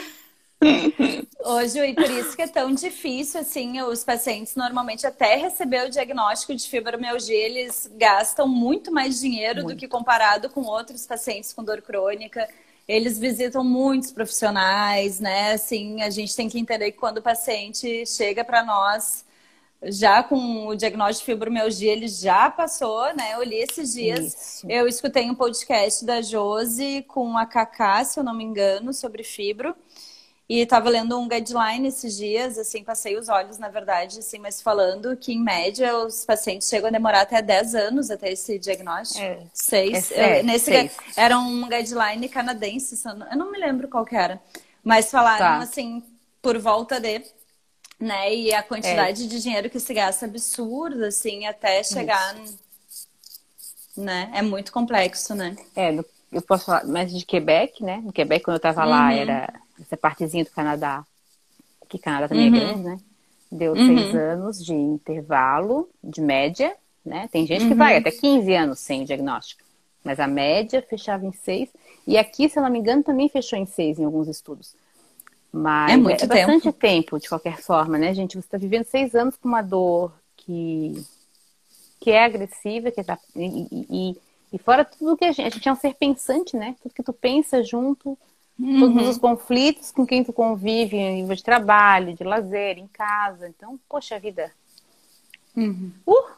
Hoje, e por isso que é tão difícil, assim, os pacientes normalmente até receber o diagnóstico de fibromialgia, eles gastam muito mais dinheiro do que Muito. comparado com outros pacientes com dor crônica. Eles visitam muitos profissionais, né? Assim, a gente tem que entender que quando o paciente chega para nós já com o diagnóstico de fibromialgia, ele já passou, né? Eu li esses dias, Isso. eu escutei um podcast da Josi com a Cacá, se eu não me engano, sobre fibro. E estava lendo um guideline esses dias, assim, passei os olhos, na verdade, assim, mas falando que, em média, os pacientes chegam a demorar até dez anos até esse diagnóstico. É, é Seis. Eu, sério, nesse, seis. era um guideline canadense, se eu não eu não me lembro qual que era. Mas falaram, Tá. assim, por volta de... Né? E a É, quantidade de dinheiro que se gasta é absurda, assim, até chegar... isso. Né? É muito complexo, né? É, no- eu posso falar mais de Quebec, né? No Quebec, quando eu tava lá, Uhum, era essa partezinha do Canadá, que Canadá também é uhum, grande, né? Deu seis uhum, anos de intervalo, de média, né? Tem gente que vai uhum. até quinze anos sem o diagnóstico, mas a média fechava em seis. E aqui, se eu não me engano, também fechou em seis em alguns estudos. É Mas é, é muito bastante tempo. tempo, de qualquer forma, né, gente? Você está vivendo seis anos com uma dor que, que é agressiva, que tá, e, e, e fora tudo que a gente, a gente é um ser pensante, né? Tudo que tu pensa junto, todos os Uhum. conflitos com quem tu convive, em nível de trabalho, de lazer, em casa. Então, poxa vida. Uh!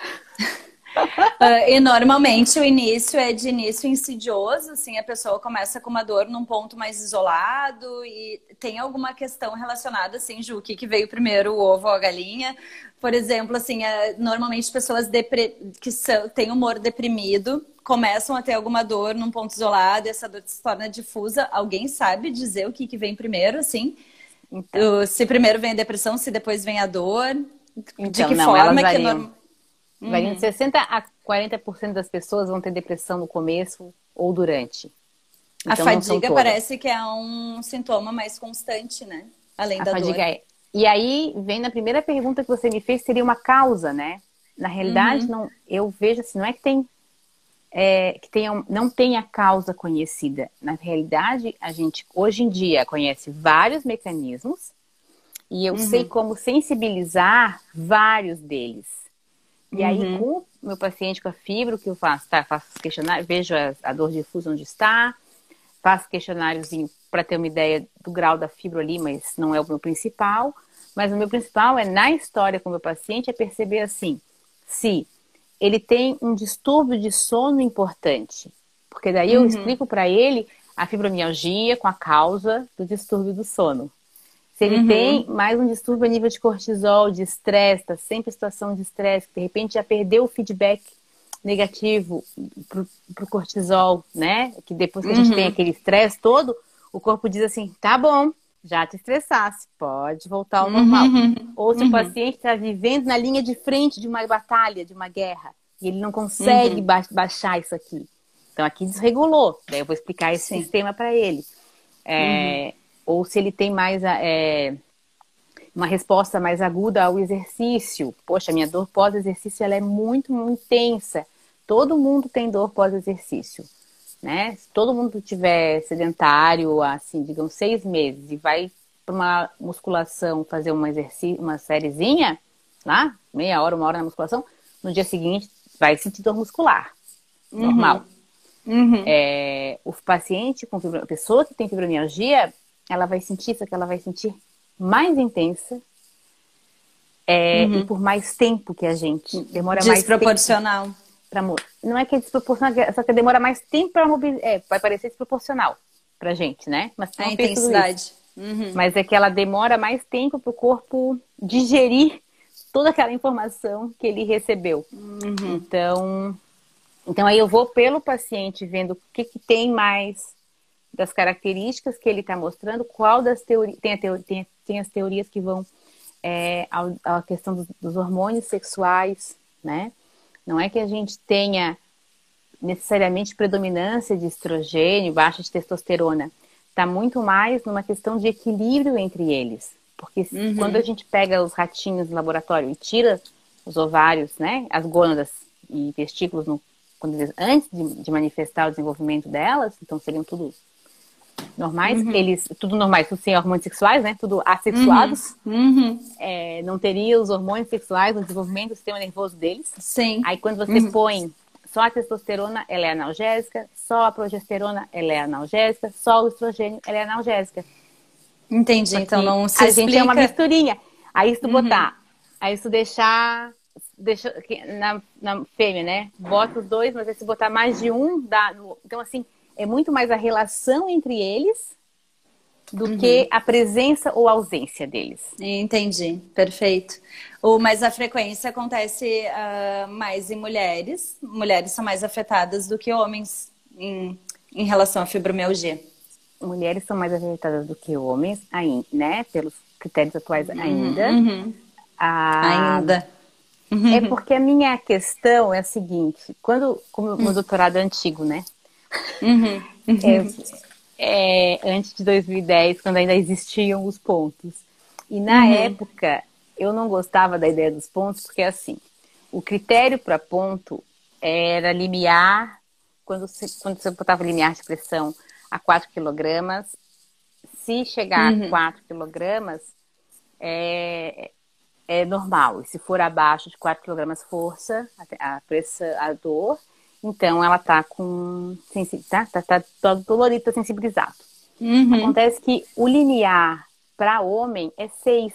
Ah, e normalmente o início é de início insidioso, assim, a pessoa começa com uma dor num ponto mais isolado e tem alguma questão relacionada, assim, Ju, o que que veio primeiro, o ovo ou a galinha? Por exemplo, assim, é, normalmente pessoas depre... que são, têm humor deprimido começam a ter alguma dor num ponto isolado e essa dor se torna difusa. Alguém sabe dizer o que que vem primeiro, assim? Então, O- Se primeiro vem a depressão, se depois vem a dor? De então, que não, elas forma que... variam. Norm... Variam de sessenta a quarenta por cento das pessoas vão ter depressão no começo ou durante. A Então, não são fadiga todas. parece que é um sintoma mais constante, né? Além A da dor. fadiga é. E aí, vem na primeira pergunta que você me fez, seria uma causa, né? Na realidade, Uhum, não, eu vejo assim, não é que tem, é, que tenha, não tenha causa conhecida. Na realidade, a gente hoje em dia conhece vários mecanismos e eu sei uhum, como sensibilizar vários deles. E aí, com uhum, o meu paciente com a fibra, o que eu faço? Tá, faço os questionários, vejo a, a dor difusa onde está, faço questionáriozinho para ter uma ideia do grau da fibra ali, mas não é o meu principal. Mas o meu principal é, na história com o meu paciente, é perceber assim, se ele tem um distúrbio de sono importante. Porque daí eu uhum, explico para ele a fibromialgia com a causa do distúrbio do sono. Se ele tem uhum, mais um distúrbio a nível de cortisol, de estresse, está sempre em situação de estresse, de repente já perdeu o feedback negativo para o cortisol, né? Que depois que a gente tem uhum, aquele estresse todo, o corpo diz assim, tá bom, já te estressasse, pode voltar ao normal. uhum, Ou se o uhum, paciente está vivendo na linha de frente de uma batalha, de uma guerra, e ele não consegue uhum. ba baixar isso aqui. Então aqui desregulou, daí eu vou explicar esse Sim. sistema para ele. Uhum, É, ou se ele tem mais é, uma resposta mais aguda ao exercício. Poxa, minha dor pós-exercício ela é muito, muito intensa. Todo mundo tem dor pós-exercício, né? Se todo mundo tiver sedentário, assim, digamos, seis meses e vai para uma musculação fazer uma exercício, uma sériezinha, lá, meia hora, uma hora na musculação, no dia seguinte vai sentir dor muscular, uhum, normal. uhum, É, o paciente com fibromialgia, a pessoa que tem fibromialgia, ela vai sentir isso que ela vai sentir mais intensa é, e uhum. por mais tempo que a gente. Demora mais tempo Desproporcional. para não é que é desproporcional, só que demora mais tempo para mobilizar. É, vai parecer desproporcional pra gente, né? Mas tu A não fez tudo isso. intensidade. Uhum, Mas é que ela demora mais tempo para o corpo digerir toda aquela informação que ele recebeu. uhum, Então, então aí eu vou pelo paciente vendo o que, que tem mais das características que ele está mostrando, qual das teorias. Tem, teoria, tem, tem as teorias que vão é, a, a questão dos, dos hormônios sexuais, né? Não é que a gente tenha necessariamente predominância de estrogênio, baixa de testosterona. Está muito mais numa questão de equilíbrio entre eles. Porque quando a uhum, gente pega os ratinhos no laboratório e tira os ovários, né, as gônadas e testículos, no, quando eles, antes de, de manifestar o desenvolvimento delas, então seriam tudo normais, uhum, eles, tudo normais, tudo sem hormônios sexuais, né, tudo uhum, assexuados, uhum. é, não teria os hormônios sexuais no desenvolvimento do sistema nervoso deles. Sim. Aí quando você Uhum. põe só a testosterona, ela é analgésica, só a progesterona, ela é analgésica, só o estrogênio, ela é analgésica. Entendi. Só Então que não se a gente é uma explica. misturinha. Aí se tu Uhum. botar, aí se tu deixar, deixa, na, na fêmea, né? Bota os dois, mas aí se botar mais de um, dá. Então, assim, é muito mais a relação entre eles do uhum. que a presença ou ausência deles. Entendi, perfeito. O, mas a frequência acontece uh, mais em mulheres. Mulheres são mais afetadas do que homens em, em relação à fibromialgia. Mulheres são mais afetadas do que homens, ainda, né? Pelos critérios atuais uhum, ainda. Uhum. Ah, ainda. Uhum. É porque a minha questão é a seguinte, quando, como o meu uhum. doutorado é antigo, né? Uhum. Uhum. É, é, antes de dois mil e dez, quando ainda existiam os pontos. E na uhum. época, eu não gostava da ideia dos pontos, porque assim, o critério para ponto era limiar, quando você, quando você botava limiar de pressão a quatro quilogramas, se chegar uhum. a quatro quilogramas, é, é normal. E se for abaixo de quatro quilogramas força, a, a pressão, a dor, então ela tá com, tá, tá, tá, tá dolorido, tá sensibilizado. Uhum. Acontece que o limiar para homem é seis.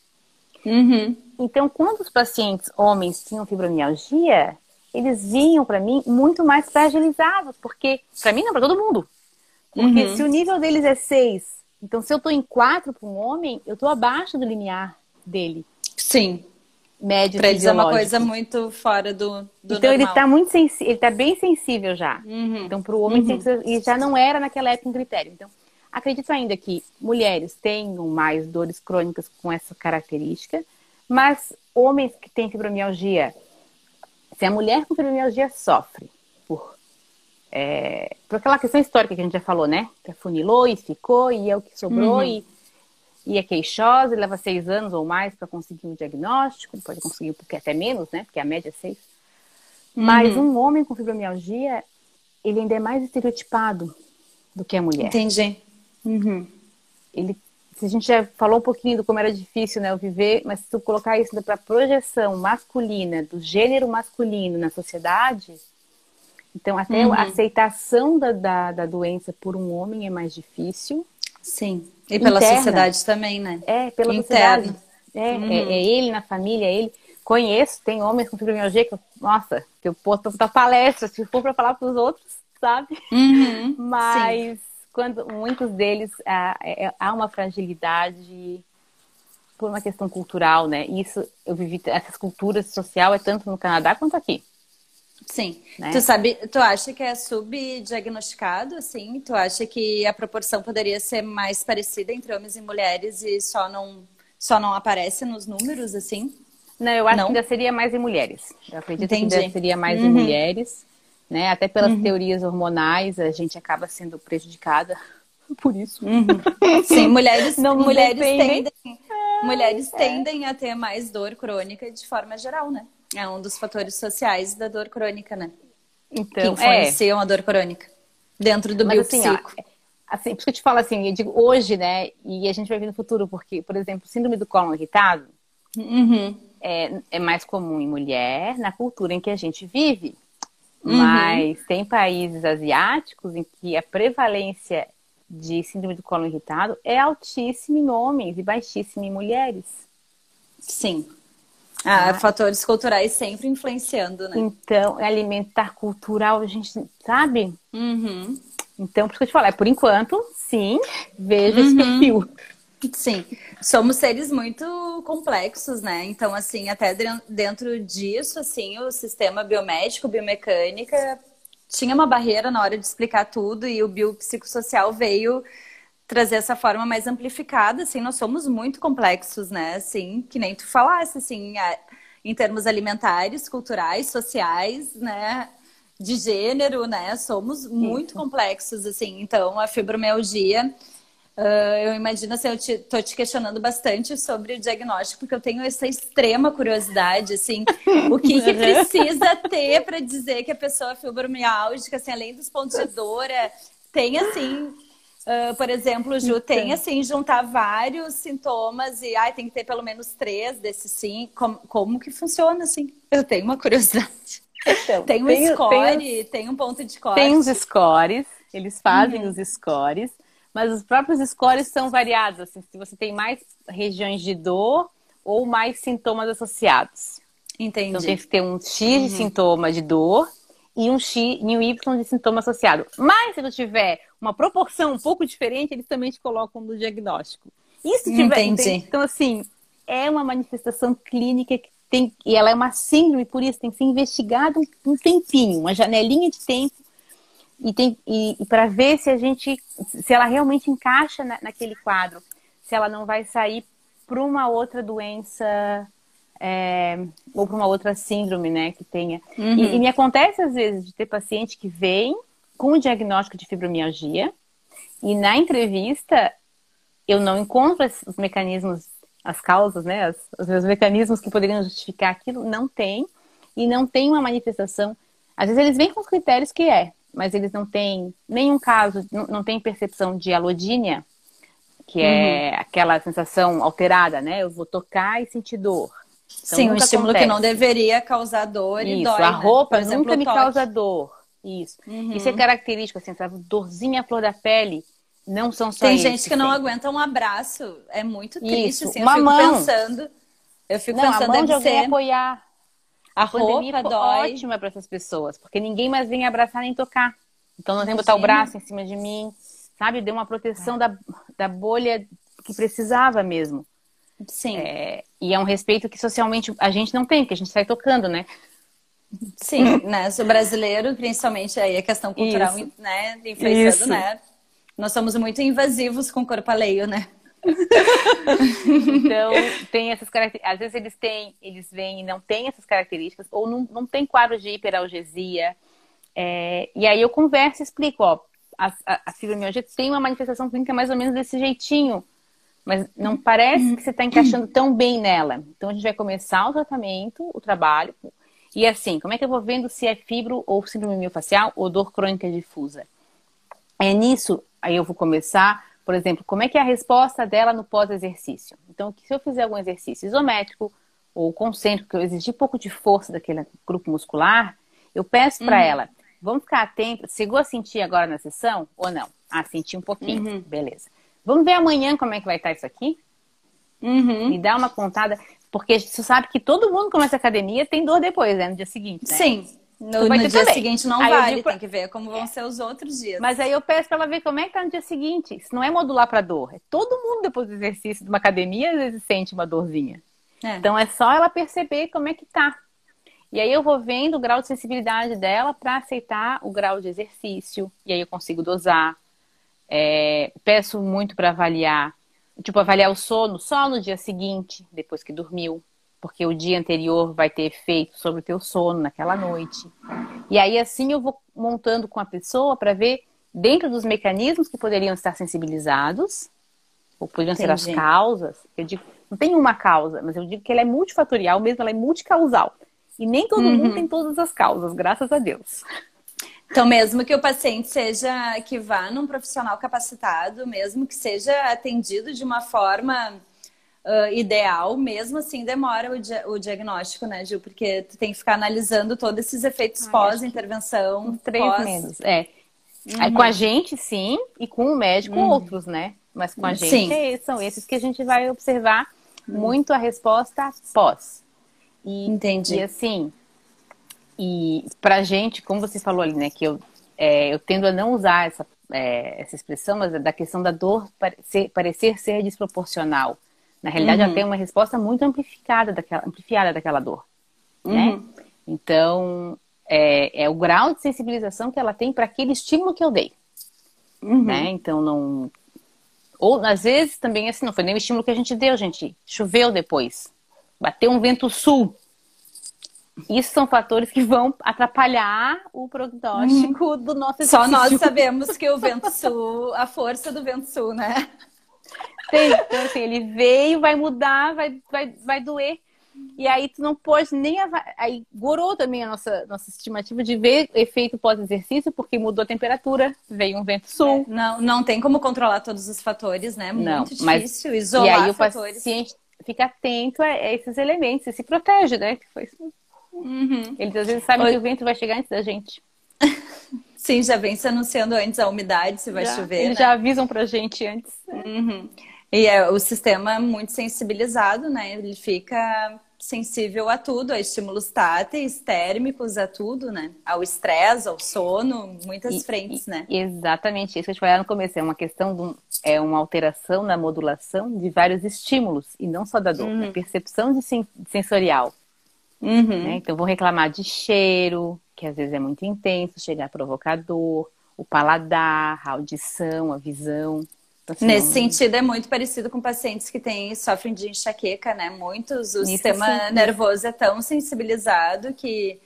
Uhum. Então, quando os pacientes homens tinham fibromialgia, eles vinham para mim muito mais fragilizados, porque, para mim não, para todo mundo. Porque uhum. se o nível deles é seis, então se eu tô em quatro para um homem, eu tô abaixo do limiar dele. Sim. Médio Para eles é uma coisa fisiológico. muito fora do, do então normal. ele tá muito sensi- ele tá bem sensível já. Uhum. Então para o homem uhum. tem que... e já não era naquela época um critério. Então acredito ainda que mulheres tenham mais dores crônicas com essa característica, mas homens que têm fibromialgia, se a mulher com fibromialgia sofre por, é, por aquela questão histórica que a gente já falou, né? Que afunilou e ficou, e é o que sobrou, uhum. e, e é queixosa, e leva seis anos ou mais para conseguir um diagnóstico, pode conseguir um pouquinho até menos, né? Porque a média é seis. Uhum. Mas um homem com fibromialgia, ele ainda é mais estereotipado do que a mulher. Entendi. Uhum. Ele, a gente já falou um pouquinho do como era difícil, né, o viver, mas se tu colocar isso para a projeção masculina, do gênero masculino na sociedade, então até uhum. a aceitação da, da, da doença por um homem é mais difícil. Sim, e pela Interna. sociedade também, né? É, pela Interna. sociedade. É, uhum. é, é ele na família, é ele. Conheço, tem homens com fibromialgia que, nossa, que eu posso dar palestra, se for para falar para os outros, sabe? Uhum. Mas... Sim. quando muitos deles há, é, há uma fragilidade por uma questão cultural, né? Isso eu vivi, essas culturas social é tanto no Canadá quanto aqui. Sim. Né? Tu sabe, tu acha que é subdiagnosticado, assim? Tu acha que a proporção poderia ser mais parecida entre homens e mulheres e só não, só não aparece nos números, assim? Não, eu acho não? que ainda seria mais em mulheres. Eu acredito Entendi. que ainda seria mais uhum. em mulheres, né? Até pelas uhum. teorias hormonais, a gente acaba sendo prejudicada por isso. Uhum. Sim, mulheres, não mulheres dependem. tendem, mulheres é. tendem a ter mais dor crônica de forma geral, né? É um dos fatores sociais da dor crônica, né? Então, que influenciam é. a dor crônica dentro do Mas, biopsico. Assim, ó, assim, por isso que eu te falo assim, eu digo hoje, né? E a gente vai ver no futuro, porque, por exemplo, síndrome do cólon irritado uhum. é, é mais comum em mulher na cultura em que a gente vive. Uhum. Mas tem países asiáticos em que a prevalência de síndrome do cólon irritado é altíssima em homens e baixíssima em mulheres. Sim. Ah, ah, fatores culturais sempre influenciando, né? Então, alimentar cultural, a gente sabe? Uhum. Então, por isso que eu te falo, é por enquanto, sim, veja uhum. esse perfil. Sim, somos seres muito complexos, né? Então, assim, até dentro disso, assim, o sistema biomédico, biomecânica, tinha uma barreira na hora de explicar tudo e o biopsicossocial veio trazer essa forma mais amplificada, assim, nós somos muito complexos, né? Assim, que nem tu falasse, assim, em termos alimentares, culturais, sociais, né? De gênero, né? Somos muito Isso. complexos, assim. Então, a fibromialgia... Uh, eu imagino assim, eu te, tô te questionando bastante sobre o diagnóstico, porque eu tenho essa extrema curiosidade, assim, o que, que precisa ter para dizer que a pessoa é fibromialgica, assim, além dos pontos de dor, é, tem assim, uh, por exemplo, Ju, tem assim, juntar vários sintomas e ai, tem que ter pelo menos três desses sim, como, como que funciona, assim? Eu tenho uma curiosidade. Então, tem um tem, score, tem, os, tem um ponto de corte. Tem os scores, eles fazem uhum. os scores. Mas os próprios scores são variados, assim, se você tem mais regiões de dor ou mais sintomas associados. Entendi. Então tem que ter um X uhum. de sintoma de dor e um X e um Y de sintoma associado. Mas se tu tiver uma proporção um pouco diferente, eles também te colocam no diagnóstico. E se tiver, Entendi. então assim, é uma manifestação clínica que tem, e ela é uma síndrome, por isso tem que ser investigado um tempinho, uma janelinha de tempo, e, tem, e, e para ver se a gente, se ela realmente encaixa na, naquele quadro, se ela não vai sair para uma outra doença, é, ou para uma outra síndrome, né, que tenha. Uhum. E, e me acontece às vezes de ter paciente que vem com o diagnóstico de fibromialgia, e na entrevista eu não encontro os mecanismos, as causas, né, os, os mecanismos que poderiam justificar aquilo, não tem, e não tem uma manifestação. Às vezes eles vêm com os critérios que é, mas eles não têm nenhum caso, não, não tem percepção de alodínia, que é uhum. aquela sensação alterada, né, eu vou tocar e sentir dor. Então, sim, um estímulo acontece. Que não deveria causar dor e Isso, dói, a roupa né? Por nunca exemplo, me causa dor. Isso. Uhum. Isso é característico, assim, sabe? Dorzinha à flor da pele. Não são só Tem esses, gente que não sim. aguenta um abraço. É muito triste, Isso. assim. Uma eu fico mão. pensando. Eu fico não, pensando, a mão de deve alguém ser... apoiar. A, a roupa dói. Ótima para essas pessoas, porque ninguém mais vem abraçar nem tocar. Então não tem que Imagina. botar o braço em cima de mim, sabe? Deu uma proteção é. da, da bolha que precisava mesmo. Sim. É, e é um respeito que socialmente a gente não tem, porque a gente sai tocando, né? Sim, né? O brasileiro, principalmente aí a questão cultural, Isso. né? Influenciando, Isso. né? Nós somos muito invasivos com o corpo alheio, né? Então, tem essas características. Às vezes eles têm, eles vêm e não têm essas características, ou não, não tem quadro de hiperalgesia. É, e aí eu converso e explico, ó, a, a, a fibromialgia tem uma manifestação clínica mais ou menos desse jeitinho, mas não parece que você está encaixando tão bem nela. Então a gente vai começar o tratamento, o trabalho, e assim, como é que eu vou vendo se é fibro ou síndrome miofascial ou dor crônica difusa? É nisso, aí eu vou começar, por exemplo, como é que é a resposta dela no pós-exercício. Então, se eu fizer algum exercício isométrico ou concêntrico, que eu exigir pouco de força daquele grupo muscular, eu peço para uhum. ela, vamos ficar atenta, chegou a sentir agora na sessão ou não? Ah, senti um pouquinho, uhum. beleza. Vamos ver amanhã como é que vai estar isso aqui? Uhum. Me dá uma contada, porque você sabe que todo mundo começa a academia tem dor depois, né? No dia seguinte, né? Sim. No, no dia também. seguinte não aí vale, pra... tem que ver como vão ser os outros dias. Mas aí eu peço para ela ver como é que tá no dia seguinte. Isso não é modular para dor. É todo mundo depois do exercício de uma academia, às vezes sente uma dorzinha. É. Então é só ela perceber como é que tá. E aí eu vou vendo o grau de sensibilidade dela para aceitar o grau de exercício. E aí eu consigo dosar. É... Peço muito para avaliar. Tipo, avaliar o sono só no dia seguinte, depois que dormiu. Porque o dia anterior vai ter efeito sobre o teu sono naquela noite. E aí assim eu vou montando com a pessoa para ver dentro dos mecanismos que poderiam estar sensibilizados, ou poderiam Entendi. ser as causas. Eu digo, não tem uma causa, mas eu digo que ela é multifatorial mesmo, ela é multicausal. E nem todo uhum. mundo tem todas as causas, graças a Deus. Então, mesmo que o paciente seja, que vá num profissional capacitado, mesmo que seja atendido de uma forma... Uh, ideal, mesmo assim demora o, dia, o diagnóstico, né, Gil? Porque tu tem que ficar analisando todos esses efeitos ah, pós-intervenção. Três pós... meses, é. Uhum. Aí, com a gente, sim, e com o médico, uhum. outros, né? Mas com a gente, é, são esses que a gente vai observar uhum. muito a resposta pós. E, Entendi. E assim, e pra gente, como você falou ali, né, que eu, é, eu tendo a não usar essa, é, essa expressão, mas é da questão da dor parecer, parecer ser desproporcional. Na realidade, uhum. ela tem uma resposta muito amplificada daquela, amplificada daquela dor. Uhum. Né? Então, é, é o grau de sensibilização que ela tem para aquele estímulo que eu dei. Uhum. Né? Então, não... Ou, às vezes, também, assim, não foi nem o estímulo que a gente deu, gente. Choveu depois. Bateu um vento sul. Isso são fatores que vão atrapalhar o prognóstico uhum. do nosso exercício. Só nós sabemos que o vento sul, a força do vento sul, né? Tem. Então, assim, ele veio, vai mudar, vai, vai, vai doer. E aí tu não pode nem... Av... Aí gorou também a nossa, nossa estimativa de ver efeito pós-exercício, porque mudou a temperatura, veio um vento sul. É, não, não tem como controlar todos os fatores, né? Muito não, difícil mas... isolar e aí fatores. O paciente fica atento a esses elementos e se protege, né? Que foi... Uhum. Eles às vezes sabem Oi. que o vento vai chegar antes da gente. Sim, já vem se anunciando antes a umidade, se vai já, chover. Eles né? já avisam pra gente antes. Uhum. E é o sistema muito sensibilizado, né? Ele fica sensível a tudo, a estímulos táteis, térmicos, a tudo, né? Ao estresse, ao sono, muitas E, frentes, e- né? exatamente isso que eu te falei lá no começo. É uma questão de um- é uma alteração na modulação de vários estímulos, e não só da dor, na Uhum. percepção de sen- sensorial, né? Uhum. Então, vão reclamar de cheiro, que às vezes é muito intenso, chega a provocar dor, o paladar, a audição, a visão. Então, assim, Nesse não- sentido, é muito parecido com pacientes que têm, sofrem de enxaqueca, né? Muitos, o nisso sim, sistema nisso. nervoso é tão sensibilizado que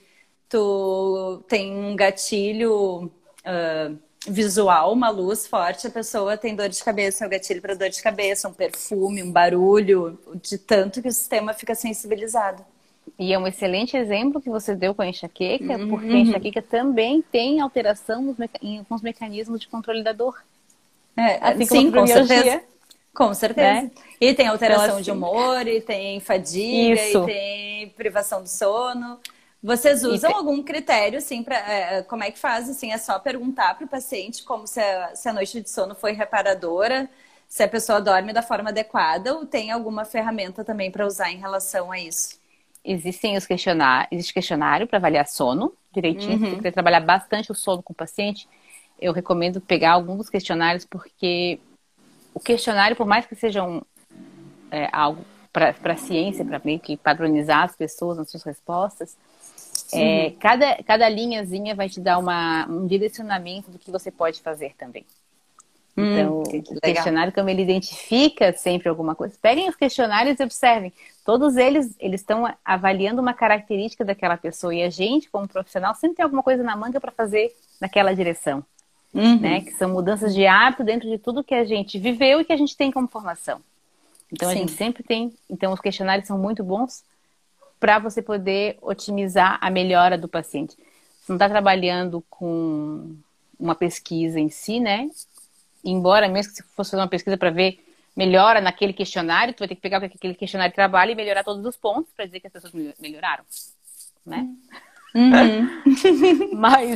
tu tem um gatilho ah, visual, uma luz forte, a pessoa tem dor de cabeça, é o gatilho para dor de cabeça, um perfume, um barulho, de tanto que o sistema fica sensibilizado. E é um excelente exemplo que você deu com a enxaqueca, porque a Uhum. enxaqueca também tem alteração nos meca- em alguns mecanismos de controle da dor, É, é, assim como a sim, com certeza. fibromialgia, Com né? certeza. E tem Então, alteração de assim, humor, e tem fadiga, e isso. tem privação do sono. Vocês E usam te- algum critério, assim, para como é que faz? Assim, é só perguntar para o paciente como se a, se a noite de sono foi reparadora, se a pessoa dorme da forma adequada, ou tem alguma ferramenta também para usar em relação a isso? Existem os questionários, existe questionário para avaliar sono direitinho. Se você Uhum. quiser trabalhar bastante o sono com o paciente, eu recomendo pegar alguns dos questionários, porque o questionário, por mais que seja um, é, algo para a ciência, para meio que padronizar as pessoas nas suas respostas, é, Uhum. cada, cada linhazinha vai te dar uma, um direcionamento do que você pode fazer também. Hum, Então, que o legal. questionário, como ele identifica sempre alguma coisa, peguem os questionários e observem. Todos eles, eles estão avaliando uma característica daquela pessoa. E a gente, como profissional, sempre tem alguma coisa na manga para fazer naquela direção, né? Uhum. Que são mudanças de hábito dentro de tudo que a gente viveu e que a gente tem como formação. Então, a gente Sim. sempre tem... Então, os questionários são muito bons para você poder otimizar a melhora do paciente. Você não está trabalhando com uma pesquisa em si, né? Embora, mesmo que se fosse fazer uma pesquisa para ver melhora naquele questionário, tu vai ter que pegar o que aquele questionário trabalha e melhorar todos os pontos para dizer que as pessoas melhoraram, né? Uhum. Mas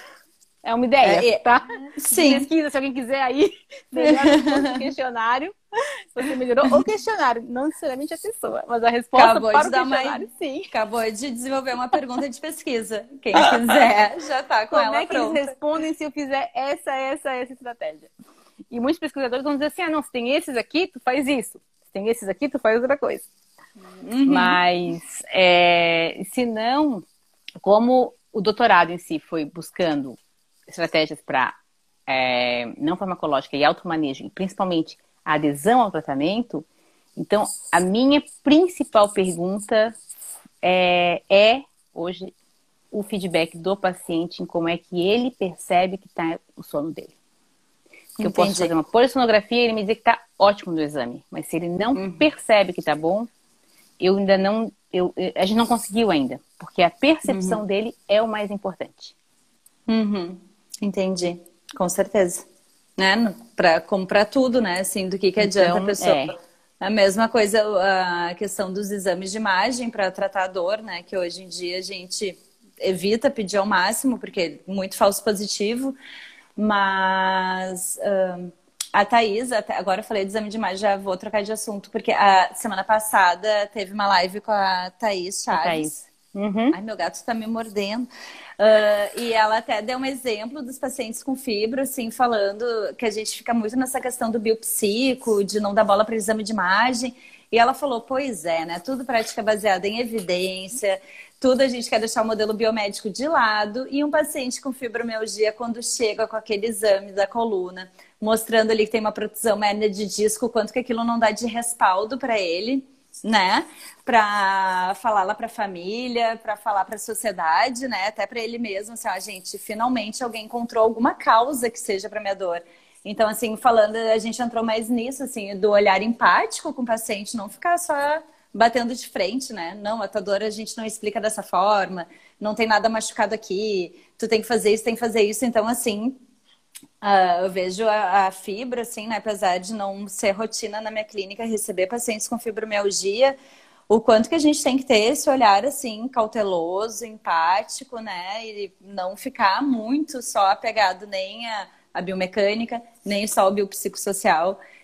é uma ideia, É, é, tá? De sim. pesquisa, se alguém quiser aí, melhora os pontos do questionário. Você melhorou o questionário, não necessariamente a pessoa, mas a resposta Acabou para de o dar uma. questionário, sim. Acabou de desenvolver uma pergunta de pesquisa. Quem quiser já tá com Como ela é que eles pronta. respondem se eu fizer essa, essa, essa estratégia? E muitos pesquisadores vão dizer assim, ah, não, se tem esses aqui, tu faz isso. Se tem esses aqui, tu faz outra coisa. Uhum. Mas, é, se não, como o doutorado em si foi buscando estratégias para é, não farmacológica e automanejo, e principalmente a adesão ao tratamento, então a minha principal pergunta é, é hoje o feedback do paciente em como é que ele percebe que está o sono dele. Porque eu posso fazer Entendi. uma polissonografia e ele me dizer que está ótimo no exame, mas se ele não Uhum. percebe que está bom, eu ainda não, eu, a gente não conseguiu ainda, porque a percepção Uhum. dele é o mais importante. Uhum. Entendi. Com certeza. Né? No- Pra, como para tudo, né? Assim, do que que adianta a Então, pessoa. é, A mesma coisa, a questão dos exames de imagem para tratar a dor, né? Que hoje em dia a gente evita pedir ao máximo, porque é muito falso positivo. Mas ahn, a Thaís, até- agora eu falei do exame de imagem, já vou trocar de assunto, porque a semana passada teve uma live com a Thaís a Chaves. Thaís. Uhum. Ai, meu gato está me mordendo. Ah, e ela até deu um exemplo dos pacientes com fibro, assim, falando que a gente fica muito nessa questão do biopsico, de não dar bola para exame de imagem. E ela falou, pois é, né? Tudo prática baseada em evidência, tudo a gente quer deixar o modelo biomédico de lado. E um paciente com fibromialgia, quando chega com aquele exame da coluna, mostrando ali que tem uma protusão, uma hérnia de disco, quanto que aquilo não dá de respaldo para ele, né? Para falar lá para a família, para falar para a sociedade, né? Até para ele mesmo, assim, ó, gente, finalmente alguém encontrou alguma causa que seja para minha dor. Então, assim, falando, a gente entrou mais nisso, assim, do olhar empático com o paciente, não ficar só batendo de frente, né? Não, a tua dor a gente não explica dessa forma, não tem nada machucado aqui, tu tem que fazer isso, tem que fazer isso. Então, assim, ah, eu vejo a, a fibra, assim, né? Apesar de não ser rotina na minha clínica receber pacientes com fibromialgia, o quanto que a gente tem que ter esse olhar, assim, cauteloso, empático, né? E não ficar muito só apegado nem a, a biomecânica, nem só o biopsicossocial.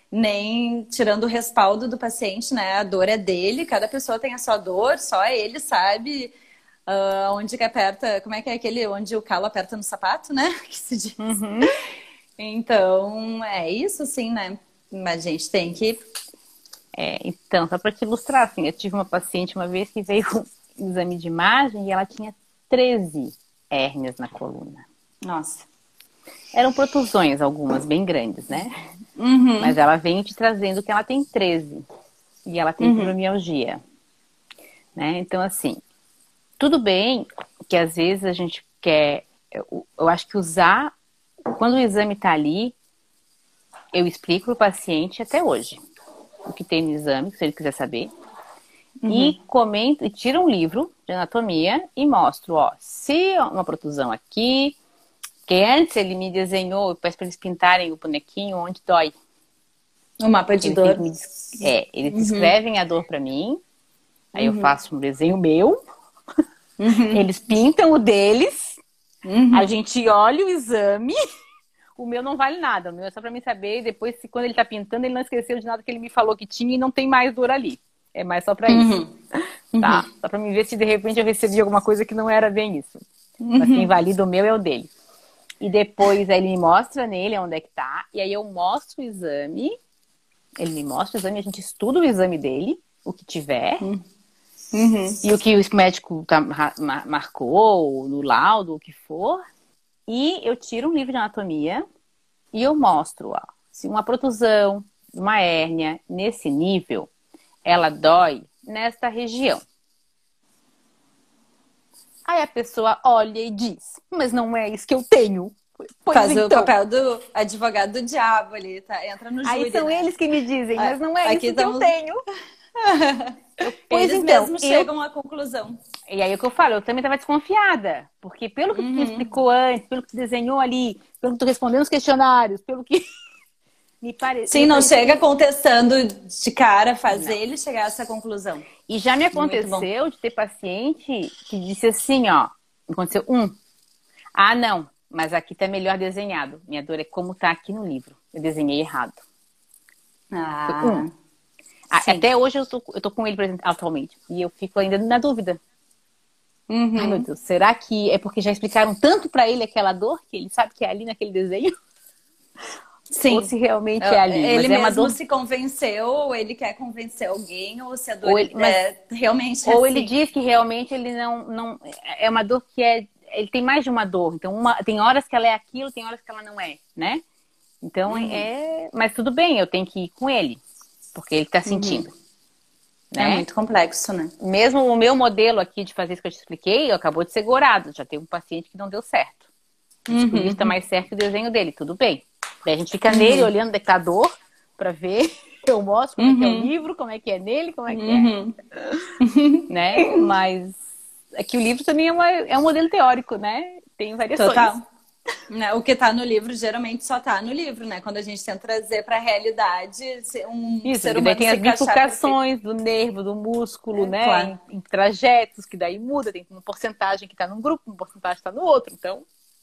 nem tirando o respaldo do paciente, né? A dor é dele, cada pessoa tem a sua dor, só ele sabe uh, onde que aperta, como é que é aquele onde o calo aperta no sapato, né? Que se diz. Uhum. Então, é isso sim, né? Mas a gente tem que... É, então, só para te ilustrar, assim, eu tive uma paciente uma vez que veio com um exame de imagem e ela tinha treze hérnias na coluna. Nossa. Eram protusões, algumas bem grandes, né? Uhum. Mas ela vem te trazendo que ela tem treze. E ela tem Uhum. fibromialgia. Né? Então, assim, tudo bem que às vezes a gente quer... Eu, eu acho que usar... Quando o exame está ali, eu explico para o paciente até hoje o que tem no exame, se ele quiser saber. Uhum. E comento, e tiro um livro de anatomia e mostro, ó, se uma protusão aqui... Porque antes ele me desenhou, eu peço para eles pintarem o bonequinho onde dói. O mapa de eles dor. Me, é, eles uhum. descrevem a dor para mim, aí uhum. eu faço um desenho meu, uhum. eles pintam o deles, uhum. a gente olha o exame, o meu não vale nada, o meu é só para mim saber, e depois, se, quando ele tá pintando, ele não esqueceu de nada que ele me falou que tinha e não tem mais dor ali. É mais só para uhum. isso. Tá? Uhum. Só para mim ver se de repente eu recebi alguma coisa que não era bem isso. Uhum. Mas quem valida o meu é o dele. E depois aí ele me mostra nele onde é que tá. E aí eu mostro o exame. Ele me mostra o exame, a gente estuda o exame dele, o que tiver. Uhum. E o que o médico tá, marcou, no laudo, o que for. E eu tiro um livro de anatomia e eu mostro, ó, se uma protusão, uma hérnia, nesse nível, ela dói nesta região. Aí a pessoa olha e diz, mas não é isso que eu tenho. Pois Faz então. o papel do advogado do diabo ali, tá? Entra no júri, Aí são né? eles que me dizem, mas não é Aqui isso estamos... que eu tenho. eu, pois eles então, mesmos eu... chegam à conclusão. E aí é o que eu falo, eu também estava desconfiada. Porque pelo que uhum. tu me explicou antes, pelo que tu desenhou ali, pelo que tu respondeu nos questionários, pelo que... me parece. Sim, não chega que... contestando de cara, faz não. ele chegar a essa conclusão. E já me aconteceu de ter paciente que disse assim, ó, aconteceu um, ah não, mas aqui tá melhor desenhado, minha dor é como tá aqui no livro, eu desenhei errado. Ah, um. Até hoje eu tô, eu tô com ele, por exemplo, atualmente, e eu fico ainda na dúvida. Uhum. Ai meu Deus, será que é porque já explicaram tanto pra ele aquela dor, que ele sabe que é ali naquele desenho? Sim. Ou se realmente é ali. Ele mas é mesmo dor... se convenceu, ou ele quer convencer alguém, ou se a dor ou ele, mas, é realmente Ou assim. ele diz que realmente ele não, não... É uma dor que é... Ele tem mais de uma dor. Então, uma, tem horas que ela é aquilo, tem horas que ela não é, né? Então, uhum. é... Mas tudo bem, eu tenho que ir com ele. Porque ele tá sentindo. Uhum. Né? É muito complexo, né? Mesmo o meu modelo aqui de fazer isso que eu te expliquei, acabou de ser gorado. Já teve um paciente que não deu certo. Uhum. O livro tá mais certo que o desenho dele. Tudo bem. Daí a gente fica uhum. nele, olhando o decador, pra ver. Eu mostro como uhum. é que é o livro, como é que é nele, como é que uhum. é. né? Mas é que o livro também é, uma, é um modelo teórico, né? Tem variações. Total. O que tá no livro, geralmente só tá no livro, né? Quando a gente tenta trazer pra realidade um Isso, ser humano humano tem se as bifurcações do nervo, do músculo, é, né? Claro. Em, em trajetos, que daí muda. Tem uma porcentagem que tá num grupo, uma porcentagem tá no outro, então...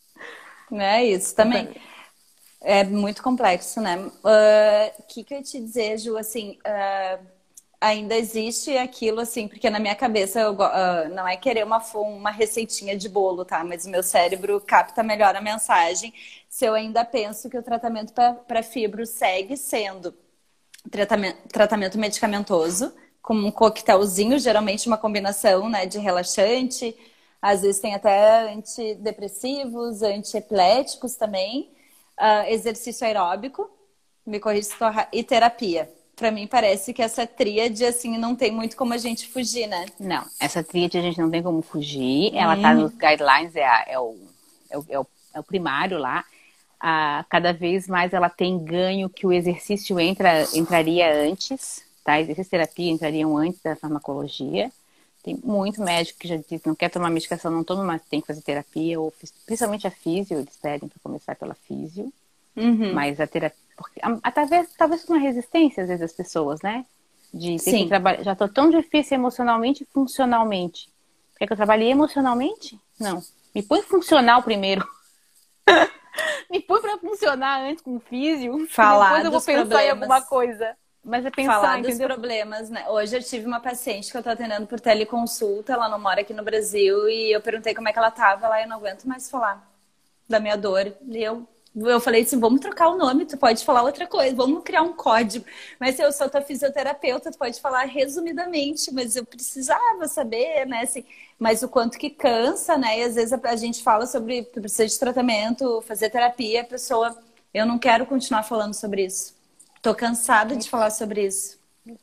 É isso também. Então, é muito complexo, né? O uh, que que eu te dizer, Ju, assim, uh, ainda existe aquilo, assim, porque na minha cabeça eu, uh, não é querer uma, uma receitinha de bolo, tá? Mas o meu cérebro capta melhor a mensagem se eu ainda penso que o tratamento para fibro segue sendo tratamento, tratamento medicamentoso, com um coquetelzinho, geralmente uma combinação, né, de relaxante, às vezes tem até antidepressivos, antiepiléticos também. Uh, exercício aeróbico, me corrija se estou errado, e terapia. Para mim parece que essa tríade, assim, não tem muito como a gente fugir, né? Não, essa tríade a gente não tem como fugir. Ela está hum. nos guidelines, é, a, é, o, é, o, é, o, é o primário lá. Ah, cada vez mais ela tem ganho que o exercício entra, entraria antes, tá? Exercício e terapia entrariam antes da farmacologia. Tem muito médico que já diz que não quer tomar medicação, não toma, mas tem que fazer terapia, ou principalmente a físio, eles pedem para começar pela físio. Uhum. Mas a terapia, porque, talvez, talvez com uma resistência, às vezes, das pessoas, né? De ter Sim. que trabalhar, já tô tão difícil emocionalmente e funcionalmente. Quer que eu trabalhe emocionalmente? Não. Me põe funcional primeiro. Me põe pra funcionar antes com o físio. Falar Depois eu vou dos pensar em problemas. alguma coisa. Mas é pensar, Falar dos entendeu? problemas, né? Hoje eu tive uma paciente que eu tô atendendo por teleconsulta, ela não mora aqui no Brasil, e eu perguntei como é que ela tava, ela, eu não aguento mais falar da minha dor. E eu, eu falei assim, vamos trocar o nome, tu pode falar outra coisa, vamos criar um código. Mas se eu sou tua fisioterapeuta, tu pode falar resumidamente, mas eu precisava saber, né, assim, mas o quanto que cansa, né? E às vezes a, a gente fala sobre, tu precisa de tratamento, fazer terapia, a pessoa, eu não quero continuar falando sobre isso. Tô cansada de falar sobre isso.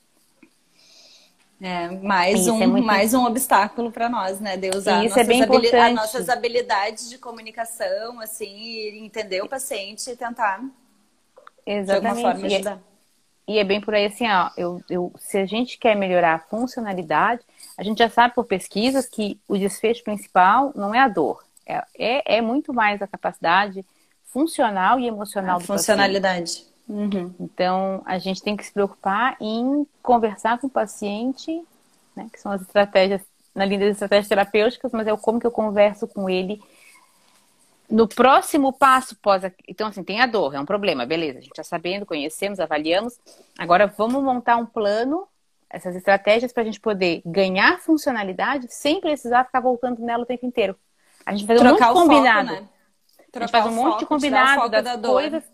É, mais Isso um, é muito, mais um obstáculo para nós, né? De usar e isso é nossas, bem habili as importante. nossas habilidades de comunicação, assim, e entender o paciente e tentar, de alguma Exatamente. forma, E é, ajudar. e é bem por aí assim, ó, eu, eu, se a gente quer melhorar a funcionalidade, a gente já sabe por pesquisas que o desfecho principal não é a dor, é, é, é muito mais a capacidade funcional e A emocional do paciente. funcionalidade. Uhum. Então, a gente tem que se preocupar em conversar com o paciente, né, que são as estratégias, na linha das estratégias terapêuticas, mas é o como que eu converso com ele no próximo passo pós... Então, assim, tem a dor, é um problema, beleza. A gente está sabendo, conhecemos, avaliamos. Agora, vamos montar um plano, essas estratégias para a gente poder ganhar funcionalidade sem precisar ficar voltando nela o tempo inteiro. A gente faz um monte de Trocar o foco, combinado. né? A gente Trocar faz o um monte de foco, tirar o combinado foco das da dor. coisas.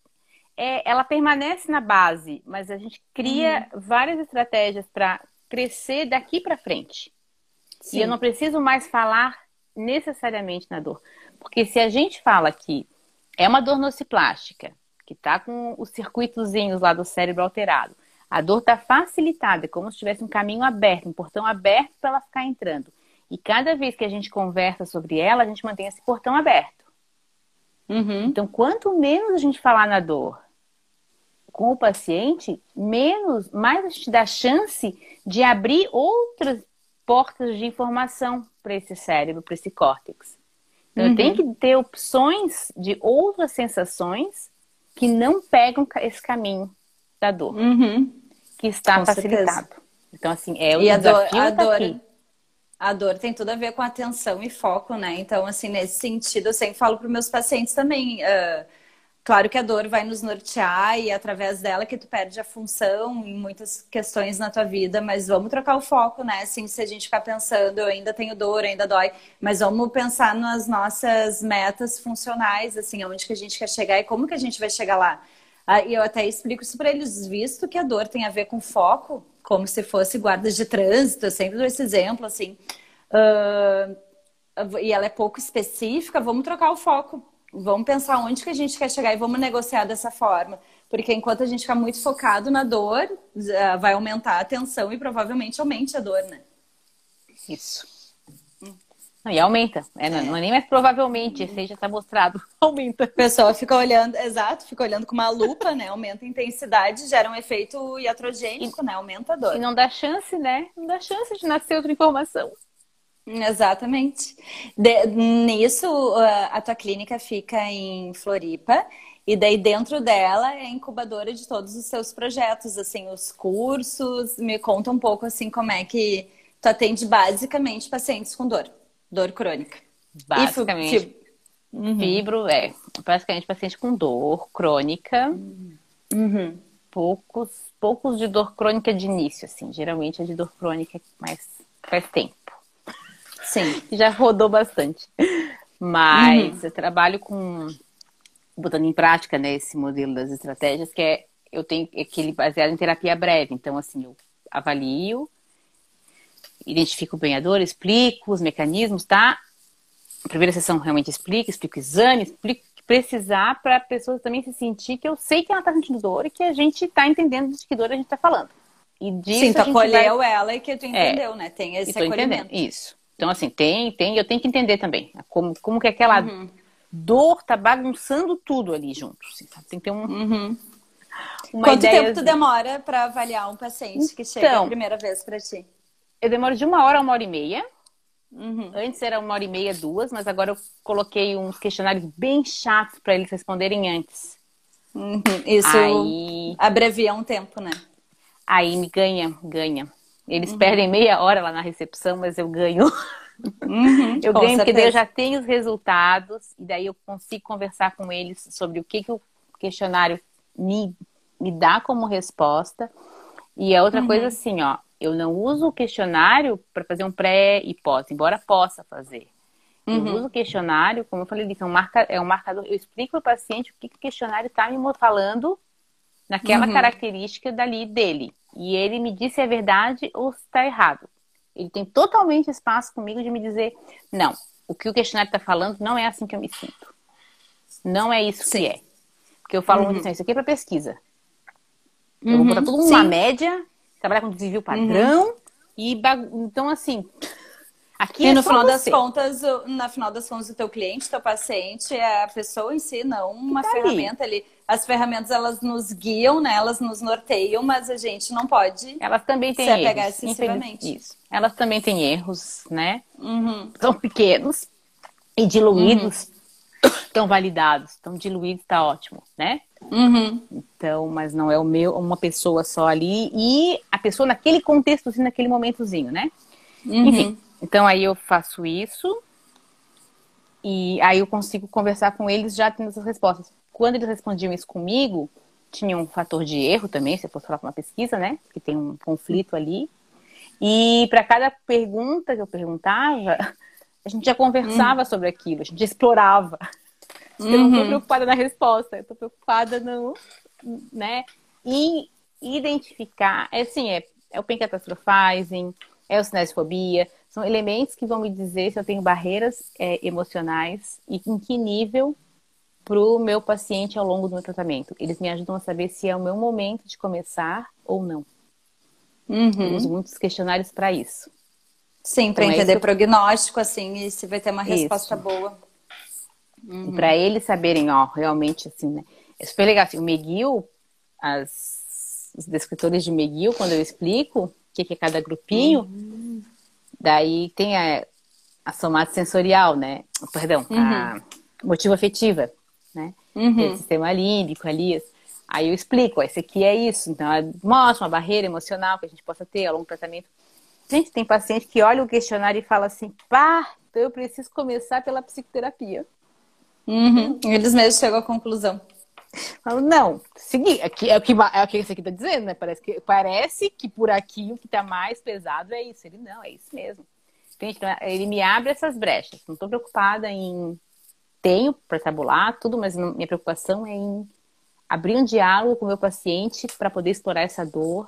É, ela permanece na base, mas a gente cria Uhum. várias estratégias para crescer daqui para frente. Sim. E eu não preciso mais falar necessariamente na dor. Porque se a gente fala que é uma dor nociplástica, que está com os circuitozinhos lá do cérebro alterado, a dor está facilitada, é como se tivesse um caminho aberto, um portão aberto para ela ficar entrando. E cada vez que a gente conversa sobre ela, a gente mantém esse portão aberto. Uhum. Então, quanto menos a gente falar na dor com o paciente, menos, mais a gente dá chance de abrir outras portas de informação para esse cérebro, para esse córtex. Então, Uhum. eu tenho que ter opções de outras sensações que não pegam esse caminho da dor, Uhum. que está Com facilitado. certeza. Então, assim, é o E a dor, desafio a está dor, aqui. a dor tem tudo a ver com atenção e foco, né? Então, assim, nesse sentido, eu sempre falo para os meus pacientes também. Uh, claro que a dor vai nos nortear e é através dela que tu perde a função em muitas questões na tua vida, mas vamos trocar o foco, né? Assim, se a gente ficar pensando, eu ainda tenho dor, ainda dói, mas vamos pensar nas nossas metas funcionais, assim, aonde que a gente quer chegar e como que a gente vai chegar lá. Ah, e eu até explico isso para eles, visto que a dor tem a ver com foco, como se fosse guardas de trânsito, eu sempre dou esse exemplo, assim, uh, e ela é pouco específica, vamos trocar o foco. Vamos pensar onde que a gente quer chegar e vamos negociar dessa forma. Porque enquanto a gente ficar muito focado na dor, vai aumentar a tensão e provavelmente aumente a dor, né? Isso. Não, e aumenta. É, não, é. não é nem mais provavelmente, esse aí já está mostrado. Aumenta. A pessoa fica olhando, exato, fica olhando com uma lupa, né? Aumenta a intensidade, gera um efeito iatrogênico, e, né? Aumenta a dor. E não dá chance, né? Não dá chance de nascer outra informação. Exatamente. De, nisso, a tua clínica fica em Floripa e daí dentro dela é a incubadora de todos os seus projetos, assim, os cursos. Me conta um pouco, assim, como é que tu atende basicamente pacientes com dor, dor crônica. Basicamente, e fibro, uhum. fibro é basicamente paciente com dor crônica. Uhum. Poucos, poucos de dor crônica de início, assim. Geralmente é de dor crônica, mas faz tempo. Sim. Já rodou bastante. Mas uhum. eu trabalho com... Botando em prática, né, esse modelo das estratégias, que é... Eu tenho aquele baseado em terapia breve. Então, assim, eu avalio, identifico bem a dor, explico os mecanismos, tá? A primeira sessão realmente explica, explico exame, explico o que precisar para a pessoa também se sentir que eu sei que ela está sentindo dor e que a gente está entendendo de que dor a gente está falando. E disso Sim, tu a gente acolheu vai... ela e que tu entendeu, é, né? Tem esse acolhimento. Entendendo. Isso. Então, assim, tem, tem, eu tenho que entender também como, como que aquela uhum. dor tá bagunçando tudo ali junto. Assim, tá? Tem que ter um... Uhum. Uma Quanto ideia... tempo tu demora para avaliar um paciente que chega então, a primeira vez para ti? Eu demoro de uma hora a uma hora e meia. Uhum. Antes era uma hora e meia, duas, mas agora eu coloquei uns questionários bem chatos para eles responderem antes. Uhum. Isso aí... abrevia um tempo, né? Aí me ganha, ganha. Eles uhum. perdem meia hora lá na recepção, mas eu ganho. Uhum, Eu com ganho porque daí eu certeza. já tenho os resultados e daí eu consigo conversar com eles sobre o que, que o questionário me, me dá como resposta. E é outra coisa Uhum, assim, ó, eu não uso o questionário para fazer um pré e pós, embora possa fazer. Eu uso uhum, o questionário, como eu falei, é um, marca, é um marcador. Eu explico para o paciente o que, que o questionário está me falando naquela uhum, característica dali dele. E ele me diz se é verdade ou se está errado. Ele tem totalmente espaço comigo de me dizer, não, o que o questionário está falando não é assim que eu me sinto. Não é isso que sim. é. Porque eu falo muito Uhum, assim, isso aqui é para pesquisa. Eu vou botar uhum, tudo numa sim. média, trabalhar com desvio Uhum. padrão e bagu... então assim, aqui E é no só final das você contas, o- na final das contas, o teu cliente, teu paciente, é a pessoa em si, não que uma tá ali. ferramenta ali. As ferramentas, elas nos guiam, né? Elas nos norteiam, mas a gente não pode Elas também se têm apegar erros, infeliz excessivamente. isso. Elas também têm erros, né? Uhum, São pequenos e uhum, diluídos, estão validados, estão diluídos, tá ótimo, né? uhum, Então, mas não é o meu, uma pessoa só ali e a pessoa naquele contextozinho, naquele momentozinho, né? Enfim, uhum, então aí eu faço isso e aí eu consigo conversar com eles já tendo essas respostas. Quando eles respondiam isso comigo, tinha um fator de erro também, se eu fosse falar com uma pesquisa, né? Que tem um conflito ali. E para cada pergunta que eu perguntava, a gente já conversava sobre aquilo, a gente já explorava. Eu não estou uhum, preocupada na resposta, eu estou preocupada no, né, em identificar. É assim, é, é o pencatastrophizing, é o sinais de fobia, são elementos que vão me dizer se eu tenho barreiras é, emocionais e em que nível para o meu paciente ao longo do meu tratamento. Eles me ajudam a saber se é o meu momento de começar ou não. Eu uso uhum. muitos questionários para isso. Sim, para Então é isso entender que eu... prognóstico, assim, e se vai ter uma resposta Isso. boa. E Uhum, para eles saberem, ó, realmente assim, né? É super legal. Assim, o McGill, as, os descritores de McGill, quando eu explico o que, que é cada grupinho, uhum, daí tem a, a somatosensorial, né? Perdão, uhum, a motivo afetiva, né? Que é o uhum, sistema límbico ali. Aí eu explico, ó, esse aqui é isso. Então, ela mostra uma barreira emocional que a gente possa ter ao longo do tratamento. Gente, tem paciente que olha o questionário e fala assim, pá, então eu preciso começar pela psicoterapia. uhum. Eles mesmos chegam à conclusão. Falo, não, seguir, aqui é o que é o que esse aqui tá dizendo, né? Parece que, parece que por aqui o que tá mais pesado é isso. Ele, não, é isso mesmo. Entende? Então, ele me abre essas brechas. Não tô preocupada em tenho para tabular tudo, mas não- minha preocupação é em abrir um diálogo com o meu paciente para poder explorar essa dor,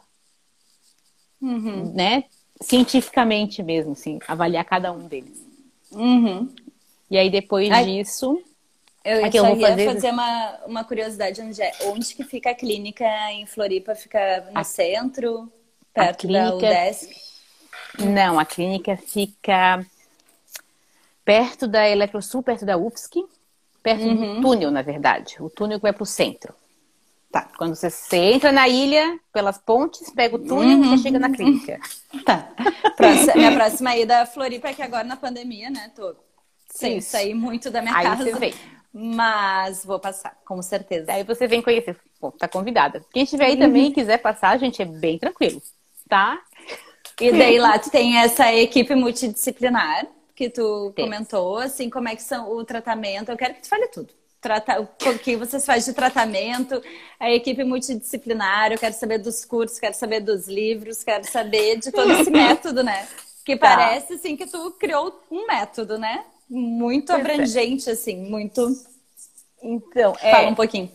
Uhum, né? Cientificamente mesmo, assim, avaliar cada um deles. uhum. E aí depois Ai, disso, é eu que eu só vou ia fazer fazer uma, uma curiosidade, onde, é, onde que fica a clínica em Floripa? Fica no a, centro, a perto da clínica. UDESC? Hum. Não, a clínica fica perto da Eletrosul, perto da U F S C, perto do Uhum. túnel, na verdade. O túnel que vai para o centro. Tá. Quando você, você entra na ilha, pelas pontes, pega o túnel, você chega na Uhum. clínica. Tá. Próxima, minha próxima ida a Floripa é que agora na pandemia, né? Tô sem Isso. sair muito da minha Aí você casa, vem. mas vou passar, com certeza. Daí você vem conhecer. Pô, tá convidada. Quem estiver aí também e quiser passar, gente, é bem tranquilo, tá? E daí lá tu tem essa equipe multidisciplinar que tu Temos. comentou, assim, como é que são o tratamento. Eu quero que tu fale tudo. Trata, o que vocês fazem de tratamento, a equipe multidisciplinar, eu quero saber dos cursos, quero saber dos livros, quero saber de todo esse método, né? Que Tá. parece, assim, que tu criou um método, né? Muito Pois é. abrangente, assim, muito... Então, Fala um é, pouquinho.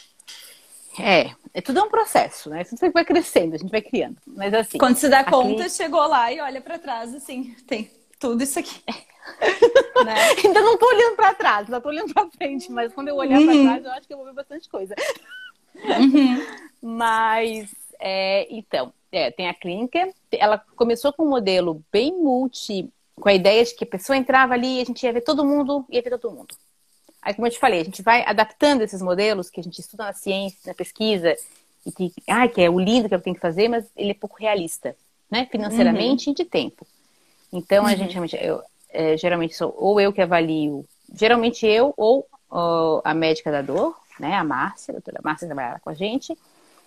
é, é tudo é um processo, né? Isso vai crescendo, a gente vai criando. Mas assim, Quando se dá a conta, clínica chegou lá e olha pra trás, assim, tem tudo isso aqui, né? ainda não tô olhando para trás, ainda tô olhando para frente, mas quando eu olhar para trás, Uhum, eu acho que eu vou ver bastante coisa. uhum, Mas, é, então, é, tem a clínica, ela começou com um modelo bem multi, com a ideia de que a pessoa entrava ali e a gente ia ver todo mundo, ia ver todo mundo. Aí, como eu te falei, a gente vai adaptando esses modelos que a gente estuda na ciência, na pesquisa, e que, ai, que é o lindo que eu tenho que fazer, mas ele é pouco realista, né? uhum, Financeiramente e de tempo. Então, a gente uhum, realmente, eu, é, geralmente sou ou eu que avalio, geralmente eu ou ó, a médica da dor, né? A Márcia, a doutora Márcia trabalha com a gente,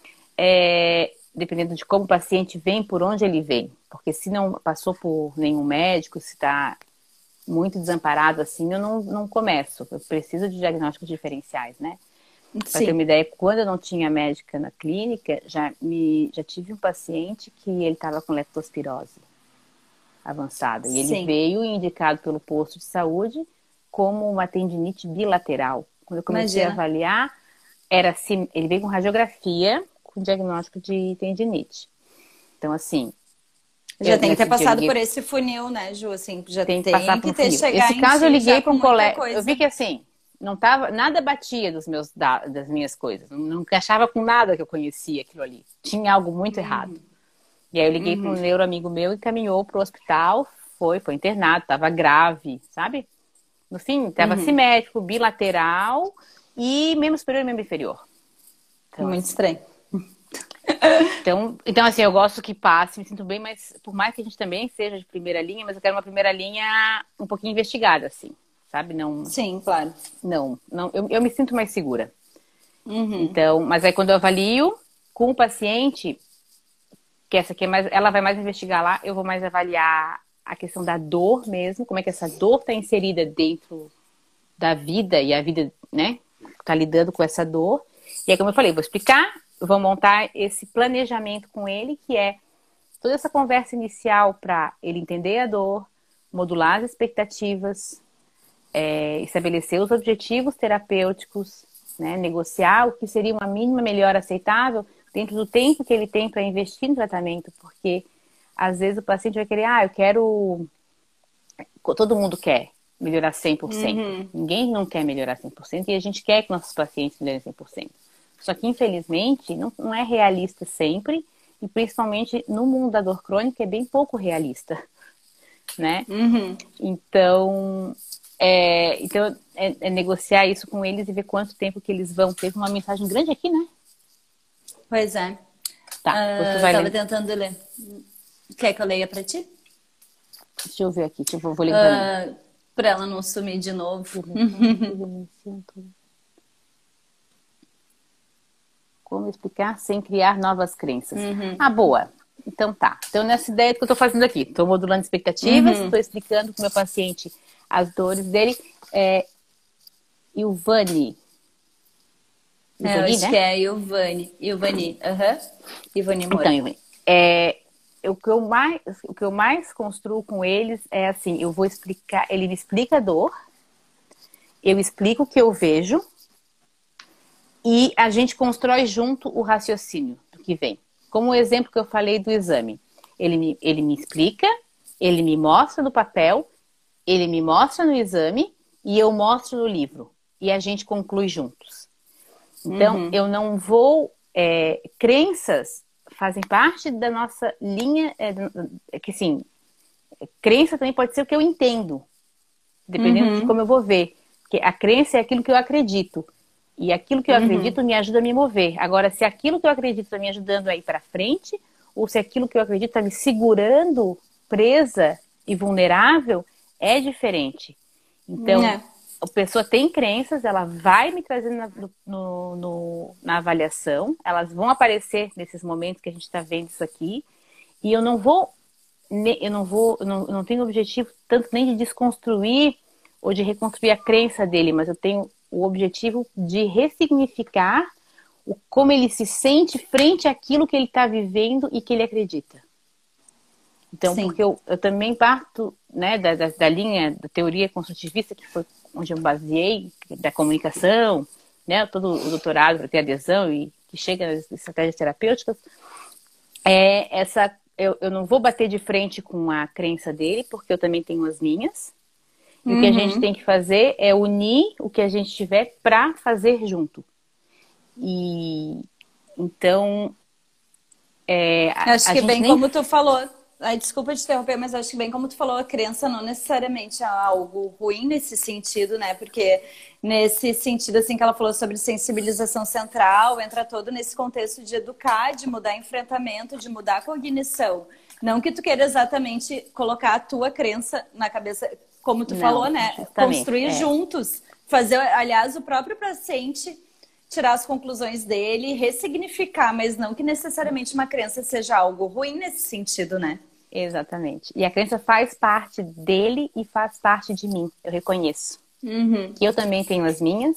é, dependendo de como o paciente vem, por onde ele vem. Porque se não passou por nenhum médico, se está muito desamparado assim, eu não, não começo. Eu preciso de diagnósticos diferenciais, né? Para ter uma ideia, quando eu não tinha médica na clínica, já, me, já tive um paciente que ele estava com leptospirose avançada. E ele Sim. veio indicado pelo posto de saúde como uma tendinite bilateral. Quando eu comecei Imagina. a avaliar, era assim, ele veio com radiografia com diagnóstico de tendinite. Então, assim... Já tem que ter passado liguei... por esse funil, né, Ju? Assim, já tem que, tem que ter chegado. Esse caso eu liguei para um colega. Eu vi que assim, não tava, nada batia dos meus, das minhas coisas. Não, não encaixava com nada que eu conhecia aquilo ali. Tinha algo muito uhum. errado. E aí eu liguei uhum. para um neuroamigo meu e caminhou para o hospital. Foi, foi internado, estava grave, sabe? No fim, estava uhum. simétrico, bilateral e membro superior e membro inferior. Então, muito assim, estranho. Então, então, assim, eu gosto que passe, me sinto bem, mas por mais que a gente também seja de primeira linha, mas eu quero uma primeira linha um pouquinho investigada, assim, sabe? Não, Sim, claro. Não, não eu, eu me sinto mais segura. Uhum. Então, mas aí quando eu avalio com o paciente, que essa aqui é mais, ela vai mais investigar lá, eu vou mais avaliar a questão da dor mesmo, como é que essa dor está inserida dentro da vida e a vida, né, está lidando com essa dor. E aí, como eu falei, vou explicar, vou montar esse planejamento com ele, que é toda essa conversa inicial para ele entender a dor, modular as expectativas, é, estabelecer os objetivos terapêuticos, né, negociar o que seria uma mínima melhora aceitável dentro do tempo que ele tem para investir no tratamento, porque às vezes o paciente vai querer, ah, eu quero... Todo mundo quer melhorar cem por cento. Uhum. Ninguém não quer melhorar cem por cento e a gente quer que nossos pacientes melhorem cem por cento. Só que, infelizmente, não, não é realista sempre, e principalmente no mundo da dor crônica é bem pouco realista, né? Uhum. Então, é, então é, é negociar isso com eles e ver quanto tempo que eles vão. Teve uma mensagem grande aqui, né? Pois é. Tá, uh, tu vai tava ler. tentando ler. Quer que eu leia pra ti? Deixa eu ver aqui, deixa eu vou ler uh, pra ela não sumir de novo. Como explicar sem criar novas crenças? Uhum. Ah, boa. Então tá. Então nessa ideia que eu tô fazendo aqui, tô modulando expectativas, uhum. tô explicando pro meu paciente as dores dele. É... Ilvani. É, eu acho né? que é Ilvani. Ilvani. Aham. Uhum. Ilvani Moura. Então, Ilvani. É... O que, eu mais, o que eu mais construo com eles é assim, eu vou explicar, ele me explica a dor, eu explico o que eu vejo, e a gente constrói junto o raciocínio do que vem. Como o exemplo que eu falei do exame. Ele me, ele me explica, ele me mostra no papel, ele me mostra no exame e eu mostro no livro. E a gente conclui juntos. Então, uhum. eu não vou... É, crenças fazem parte da nossa linha... É, que sim, crença também pode ser o que eu entendo. Dependendo uhum. de como eu vou ver. Porque a crença é aquilo que eu acredito. E aquilo que eu uhum. acredito me ajuda a me mover. Agora, se aquilo que eu acredito está me ajudando a ir para frente, ou se aquilo que eu acredito está me segurando presa e vulnerável, é diferente. Então, é. a pessoa tem crenças, ela vai me trazendo na, no, no, na avaliação, elas vão aparecer nesses momentos que a gente está vendo isso aqui, e eu não vou, eu não vou, eu não, eu não tenho objetivo tanto nem de desconstruir ou de reconstruir a crença dele, mas eu tenho o objetivo de ressignificar o, como ele se sente frente àquilo que ele está vivendo e que ele acredita. Então, Sim. porque eu, eu também parto, né, da, da, da linha da teoria construtivista, que foi onde eu baseei, da comunicação, né, todo o doutorado para ter adesão e que chega nas estratégias terapêuticas, é essa, eu, eu não vou bater de frente com a crença dele, porque eu também tenho as minhas. E uhum. o que a gente tem que fazer é unir o que a gente tiver para fazer junto. E então... É, a, acho a que bem nem... como tu falou... Ai, desculpa te interromper, mas acho que bem como tu falou, a crença não necessariamente é algo ruim nesse sentido, né? Porque nesse sentido, assim, que ela falou sobre sensibilização central, entra todo nesse contexto de educar, de mudar enfrentamento, de mudar a cognição. Não que tu queira exatamente colocar a tua crença na cabeça, como tu não, falou, né? Construir é. juntos. Fazer, aliás, o próprio paciente tirar as conclusões dele, ressignificar, mas não que necessariamente uma crença seja algo ruim nesse sentido, né? Exatamente. E a crença faz parte dele e faz parte de mim. Eu reconheço. Uhum. Que eu também tenho as minhas.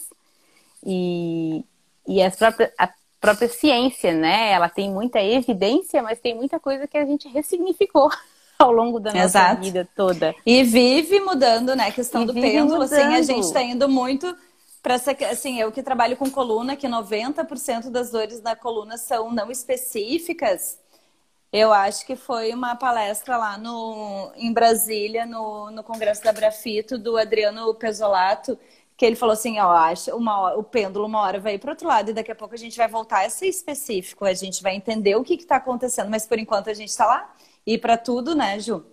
E, e as próprias, a própria ciência, né? Ela tem muita evidência, mas tem muita coisa que a gente ressignificou ao longo da nossa Exato. vida toda. E vive mudando, né? A questão E do vive pêndulo, mudando. assim, a gente está indo muito para essa, assim, eu que trabalho com coluna, que noventa por cento das dores da coluna são não específicas. Eu acho que foi uma palestra lá no, em Brasília, no, no Congresso da Brafito, do Adriano Pesolato, que ele falou assim, ó, acho uma hora, o pêndulo uma hora vai ir para o outro lado e daqui a pouco a gente vai voltar a ser específico, a gente vai entender o que está acontecendo, mas por enquanto a gente está lá. E para tudo, né, Ju?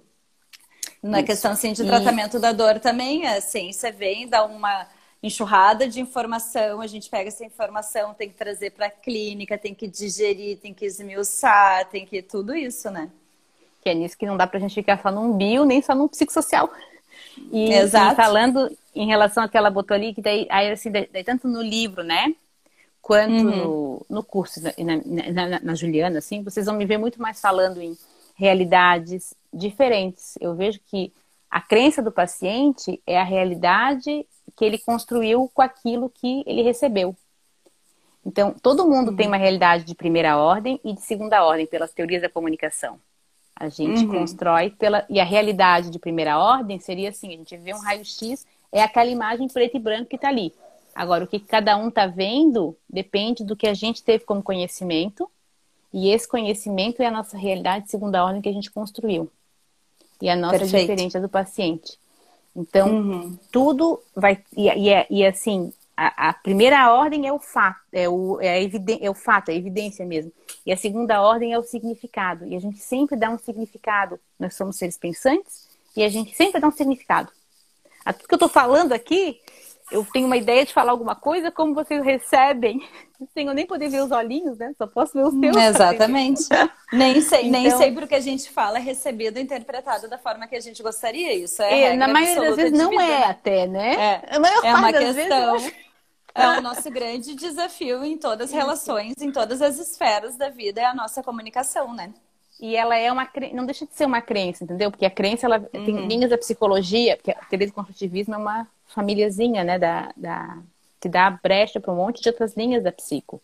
Na Isso. questão assim, de E... tratamento da dor também, a ciência vem, dá uma enxurrada de informação, a gente pega essa informação, tem que trazer para a clínica, tem que digerir, tem que esmiuçar, tem que tudo isso, né? Que é nisso que não dá pra gente ficar só num bio, nem só num psicossocial. E, Exato. E falando em relação ao que ela botou ali, que daí, aí, assim, daí, tanto no livro, né? Quanto uhum. no, no curso, na, na, na, na Juliana, assim, vocês vão me ver muito mais falando em realidades diferentes. Eu vejo que a crença do paciente é a realidade que ele construiu com aquilo que ele recebeu. Então, todo mundo uhum. tem uma realidade de primeira ordem e de segunda ordem, pelas teorias da comunicação. A gente uhum. constrói pela... E a realidade de primeira ordem seria assim, a gente vê um raio-x, é aquela imagem preto e branco que está ali. Agora, o que cada um está vendo depende do que a gente teve como conhecimento, e esse conhecimento é a nossa realidade de segunda ordem que a gente construiu. E a nossa é diferente da do paciente. Então, uhum. tudo vai... E, e, é, e assim, a, a primeira ordem é o fato, é o, é, a eviden... é o fato, é a evidência mesmo. E a segunda ordem é o significado. E a gente sempre dá um significado. Nós somos seres pensantes e a gente sempre dá um significado. A tudo que eu estou falando aqui, eu tenho uma ideia de falar alguma coisa, como vocês recebem, sem eu nem poder ver os olhinhos, né? Só posso ver os teus. Exatamente. nem sei, então, nem sempre o que a gente fala é recebido e interpretado da forma que a gente gostaria. Isso é, é na maioria das vezes não vida, é né? até, né? É, é uma questão. Vezes... É o nosso grande desafio em todas as relações, em todas as esferas da vida, é a nossa comunicação, né? E ela é uma cre... não deixa de ser uma crença, entendeu? Porque a crença, ela uhum. tem linhas da psicologia, porque a teoria do construtivismo é uma famíliazinha, né? Da, da... que dá brecha para um monte de outras linhas da psico.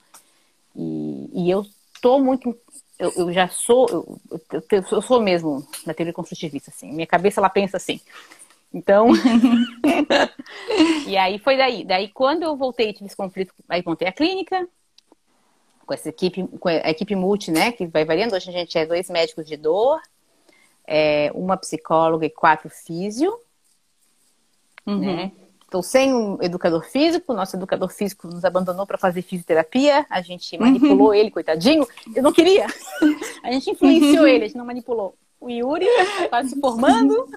E, e eu tô muito... Eu, eu já sou... Eu, eu, eu, eu sou mesmo na teoria construtivista, assim. Minha cabeça, ela pensa assim. Então... e aí foi daí. Daí, quando eu voltei, tive esse conflito, aí montei a clínica... com essa equipe, com a equipe multi, né, que vai variando. Hoje a gente é dois médicos de dor, é, uma psicóloga e quatro físio, uhum. né? Estou sem um educador físico, nosso educador físico nos abandonou para fazer fisioterapia, a gente manipulou uhum. ele, coitadinho, eu não queria, a gente influenciou uhum. ele, a gente não manipulou. O Yuri está se formando.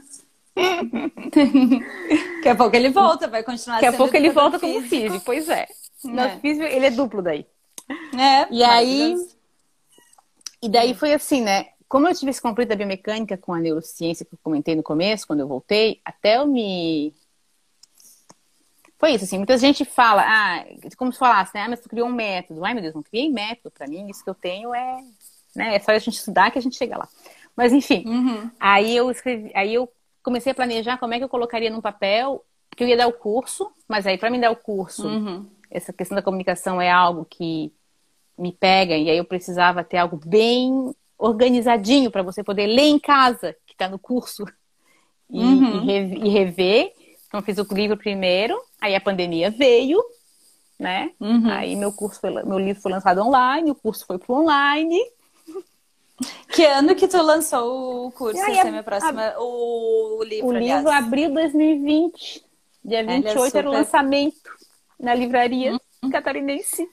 Daqui a pouco ele volta, vai continuar sendo Daqui a pouco ele volta físico. como físio, pois é. é. Nosso físio, ele é duplo daí. É, e aí e daí foi assim, né? Como eu tive esse conflito da biomecânica com a neurociência que eu comentei no começo, quando eu voltei, até eu me... Foi isso, assim, muita gente fala, ah, como se falasse, né? Ah, mas tu criou um método. Ai, meu Deus, não criei método. Pra mim, isso que eu tenho é... Né? É só a gente estudar que a gente chega lá. Mas, enfim, uhum. aí, eu escrevi, aí eu comecei a planejar como é que eu colocaria num papel, porque eu ia dar o curso, mas aí pra mim dar o curso, uhum. essa questão da comunicação é algo que me pega, e aí eu precisava ter algo bem organizadinho para você poder ler em casa, que está no curso, e, uhum. e, re, e rever. Então, fiz o livro primeiro, aí a pandemia veio, né? Uhum. Aí meu curso foi, meu livro foi lançado online, o curso foi pro online. Que ano que tu lançou o curso? Essa é a minha próxima, a, o livro, O aliás. livro abril de dois mil e vinte, dia vinte e oito, super... era o lançamento na livraria uhum. catarinense.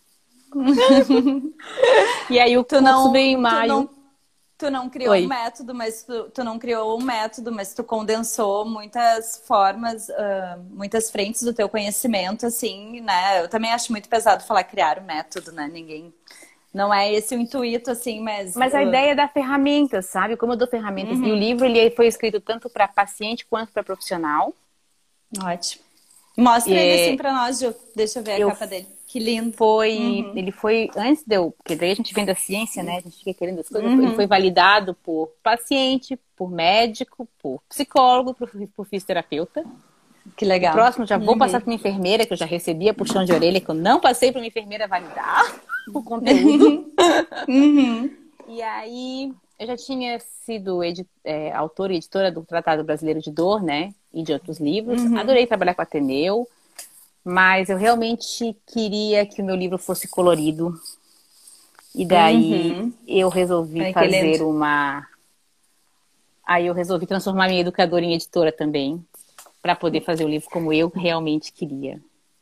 E aí o tu curso não, veio em maio. Tu não, tu não criou Oi. um método, mas tu, tu não criou um método, mas tu condensou muitas formas, uh, muitas frentes do teu conhecimento, assim, né? Eu também acho muito pesado falar criar um método, né? Ninguém... Não é esse o intuito, assim, mas... Mas a uh... ideia é dar ferramentas, sabe? Como eu dou ferramentas. Uhum. E o livro, ele foi escrito tanto para paciente quanto para profissional. Ótimo. Mostra e... ele assim pra nós, Ju. Deixa eu ver eu... a capa dele. Que lindo. Foi, Uhum. ele foi, antes de eu, porque daí a gente vem da ciência, né? A gente fica querendo as coisas. Uhum. Ele foi validado por paciente, por médico, por psicólogo, por, por fisioterapeuta. Que legal. O próximo já vou Uhum. passar para uma enfermeira, que eu já recebia puxão de orelha, que eu não passei para uma enfermeira validar o conteúdo. Uhum. E aí, eu já tinha sido edit, é, autora e editora do Tratado Brasileiro de Dor, né? E de outros livros. Uhum. Adorei trabalhar com a Ateneu, mas eu realmente queria que o meu livro fosse colorido. E daí Uhum. eu resolvi Ai, que fazer lindo. uma... Aí eu resolvi transformar minha educadora em editora também, para poder fazer o livro como eu realmente queria.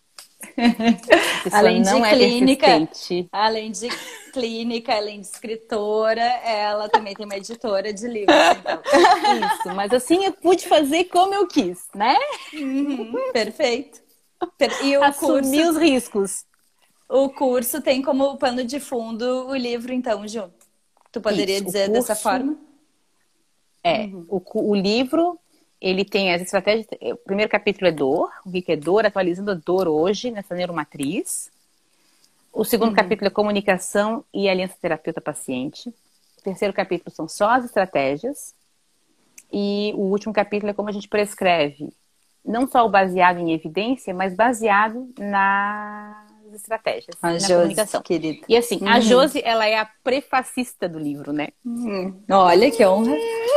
A pessoa Além de não é clínica, persistente. além de clínica, além de escritora, ela também tem uma editora de livros, então. Isso, mas assim eu pude fazer como eu quis, né? Uhum. Perfeito. Per- E o Assumir os curso, riscos. o curso tem como pano de fundo o livro, então, Ju. Tu poderia Isso, o dizer dessa curso forma? é, o, cu- o livro, ele tem as estratégias, o primeiro capítulo é dor, o que que é dor, atualizando a dor hoje, nessa neuromatriz. O segundo capítulo é comunicação e aliança terapeuta-paciente. O terceiro capítulo são só as estratégias. E o último capítulo é como a gente prescreve, não só o baseado em evidência, mas baseado nas estratégias, A na Josi, comunicação. querida. E assim, a Uhum. Josi, ela é a prefacista do livro, né? Hum. Olha que honra.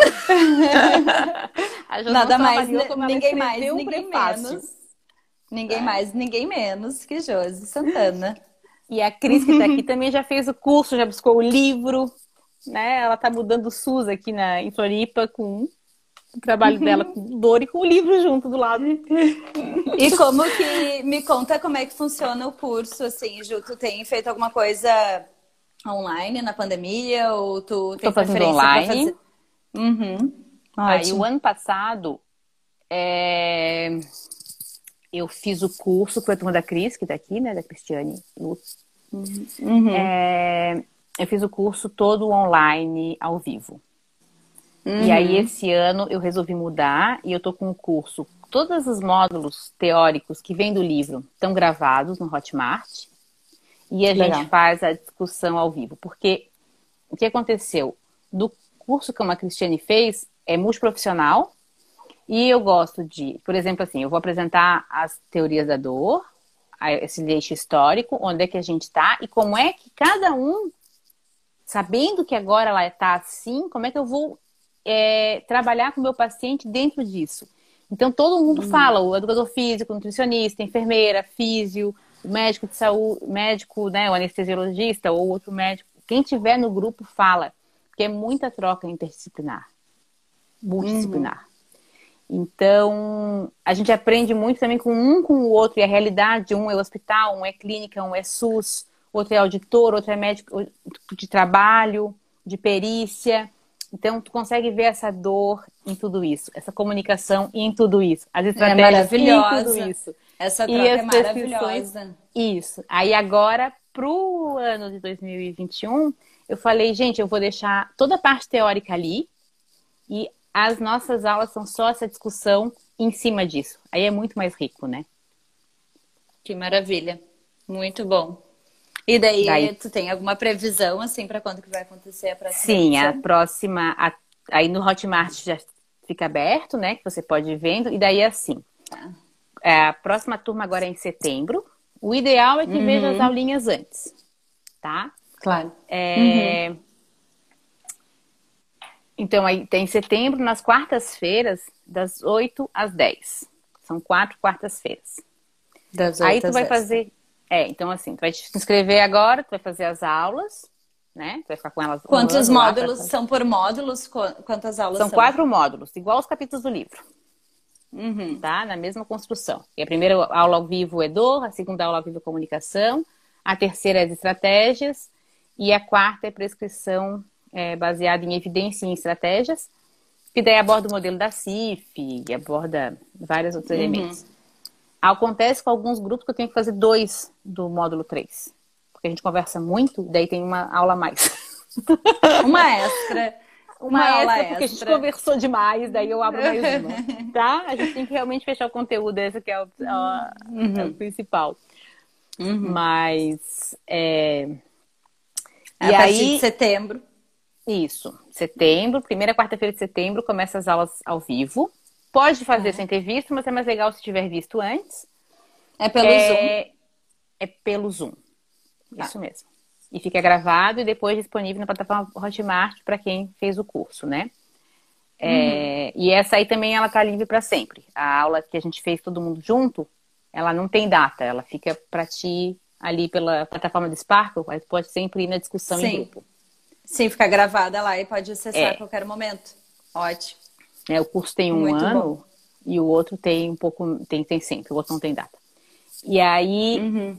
A Josi não Nada só mais, avaliou ne- como ela ninguém mais, escreveu um ninguém prefácio. menos. Ninguém Né? mais, ninguém menos que Josi Santana. E a Cris, que tá aqui, também já fez o curso, já buscou o livro, né? Ela tá mudando o SUS aqui na, em Floripa com o trabalho dela com dor e com o livro junto do lado. E como que... Me conta como é que funciona o curso, assim, Ju. Tu tem feito alguma coisa online na pandemia? Ou tu tem Tô fazendo preferência para online. fazer? Uhum. Aí o Ótimo. ano passado é, eu fiz o curso com a turma da Cris, que tá aqui, né? Da Cristiane Lutz. Uhum. É, eu fiz o curso todo online, ao vivo. Uhum. E aí esse ano eu resolvi mudar e eu tô com o curso. Todos os módulos teóricos que vêm do livro estão gravados no Hotmart. E a Legal. gente faz a discussão ao vivo. Porque o que aconteceu? Do curso que a Cristiane fez, é multiprofissional. E eu gosto de, por exemplo, assim, eu vou apresentar as teorias da dor, esse eixo histórico, onde é que a gente está e como é que cada um, sabendo que agora ela está assim, como é que eu vou é, trabalhar com o meu paciente dentro disso. Então, todo mundo Uhum. fala, o educador físico, o nutricionista, a enfermeira, físio, o médico de saúde, médico, né, o anestesiologista ou outro médico, quem tiver no grupo fala, porque é muita troca interdisciplinar, multidisciplinar. Uhum. Então, a gente aprende muito também com um com o outro, e a realidade, um é hospital, um é clínica, um é SUS, outro é auditor, outro é médico de trabalho, de perícia. Então, tu consegue ver essa dor em tudo isso, essa comunicação em tudo isso, as estratégias é maravilhosa. em tudo isso. Essa troca e as é maravilhosa. Isso. Aí agora, pro ano de dois mil e vinte e um, eu falei, gente, eu vou deixar toda a parte teórica ali e as nossas aulas são só essa discussão em cima disso. Aí é muito mais rico, né? Que maravilha. Muito bom. E daí, daí tu tem alguma previsão, assim, para quando que vai acontecer a próxima Sim, edição? a próxima... A, aí no Hotmart já fica aberto, né? Que você pode ir vendo. E daí, assim, Tá. a próxima turma agora é em setembro. O ideal é que Uhum. veja as aulinhas antes, tá? Claro. É... Uhum. Então, aí tem setembro, nas quartas-feiras, das oito às dez. São quatro quartas-feiras. Das Aí tu outras vai dessa. fazer... É, então assim, tu vai te inscrever agora, tu vai fazer as aulas, né? Tu vai ficar com elas um Quantos ano lá, módulos? fazer... São por módulos? Quantas aulas são? São quatro módulos, igual os capítulos do livro. Uhum. Tá? Na mesma construção. E a primeira aula ao vivo é dor, a segunda aula ao vivo é comunicação, a terceira é as estratégias e a quarta é prescrição é, baseada em evidência e em estratégias, que daí aborda o modelo da C I F e aborda vários outros Uhum. elementos. Acontece com alguns grupos que eu tenho que fazer dois do módulo três. Porque a gente conversa muito, daí tem uma aula a mais. Uma extra. Uma, uma extra, aula porque extra. a gente conversou demais, daí eu abro mais uma. Tá? A gente tem que realmente fechar o conteúdo, esse que é o, uhum. é o principal. Uhum. Mas, é... A e partir aí, de setembro. isso, setembro, primeira quarta-feira de setembro, começa as aulas ao vivo. Pode fazer Tá. sem ter visto, mas é mais legal se tiver visto antes. É pelo Zoom? É, é pelo Zoom, Tá. isso mesmo. E fica gravado e depois disponível na plataforma Hotmart para quem fez o curso, né? Uhum. É, e essa aí também ela tá livre para sempre. A aula que a gente fez todo mundo junto, ela não tem data, ela fica para ti ali pela plataforma do Sparkle, aí tu pode sempre ir na discussão em Sim. grupo. Sim, fica gravada lá e pode acessar a É, qualquer momento. Ótimo. né, o curso tem um Muito bom. ano e o outro tem um pouco, tem, tem sempre, o outro não tem data. E aí, Uhum.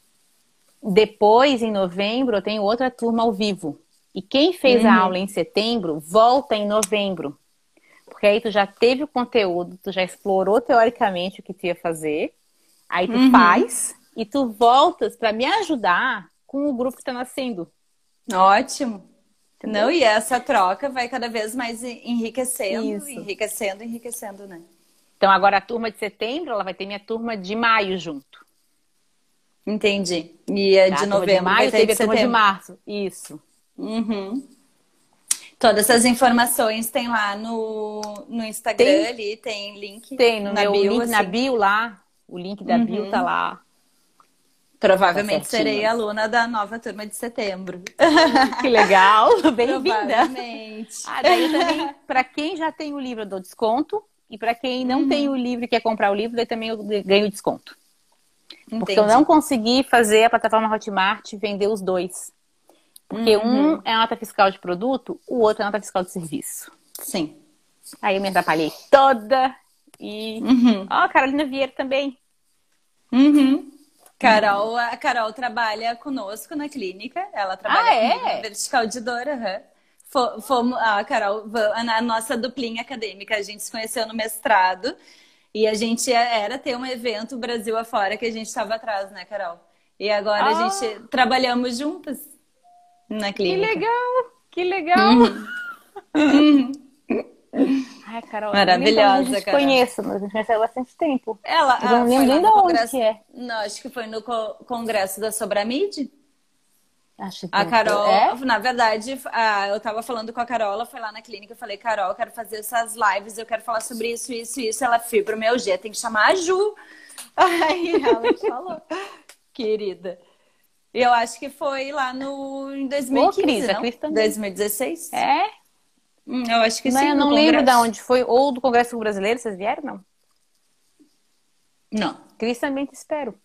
depois, em novembro, eu tenho outra turma ao vivo. E quem fez a Uhum. aula em setembro, volta em novembro. Porque aí tu já teve o conteúdo, tu já explorou teoricamente o que tu ia fazer. Aí tu Uhum. faz e tu voltas para me ajudar com o grupo que tá nascendo. Ótimo. Não, Entendeu? e essa troca vai cada vez mais enriquecendo, Isso. enriquecendo, enriquecendo, né? Então agora a turma de setembro, ela vai ter minha turma de maio junto. Entendi. E a Tá? de A turma de novembro vai maio ter teve de a turma de setembro. março. Isso. Uhum. Todas essas informações tem lá no, no Instagram Tem, ali, tem link tem no na meu bio, link na assim. bio lá. O link da bio tá Uhum. lá. Tá Provavelmente serei certinho. aluna da nova turma de setembro. Que legal. Bem-vinda. Provavelmente. Ah, daí eu também, para quem já tem o livro, eu dou desconto. E para quem não tem Uhum. o livro e quer comprar o livro, daí também eu ganho desconto. Porque eu não Entendi. consegui fazer a plataforma Hotmart vender os dois. Porque um Uhum. é nota fiscal de produto, o outro é nota fiscal de serviço. Sim. Aí eu me atrapalhei toda. E. Uhum. Ó, a Carolina Vieira também. Uhum. Carol, a Carol trabalha conosco na clínica. Ela trabalha Ah, comigo na é? Vertical de Dor. Aham. Fo- Fomos, a Carol, va- a nossa duplinha acadêmica, a gente se conheceu no mestrado e a gente era ter um evento Brasil afora que a gente estava atrás, né, Carol? E agora a gente Ah, trabalhamos juntas na que clínica. legal! Que legal! Uhum. Uhum. Ai, Carol, eu nem lembro onde a Maravilhosa, gente Carol. conhece, mas a gente conhece há bastante tempo. Ela Mas eu ah, não foi lembro lá nem de no onde que congresso, é. não, acho que foi no co- congresso da Sobramide. Acho que A não foi. É? Carol, na verdade, a- eu tava falando com a Carol, ela foi lá na clínica, eu falei, Carol, eu quero fazer essas lives, eu quero falar sobre isso, isso, isso. Ela, fibromialgia, tem que chamar a Ju. Aí ela falou, querida. E eu acho que foi lá no, em Ô, dois mil e quinze, Cris, a não? Cris também. dois mil e dezesseis? É? Hum, eu acho que Não, sim, eu no não lembro de congresso. onde foi. Ou do Congresso Brasileiro, vocês vieram? Não. Não. Cris, também te espero.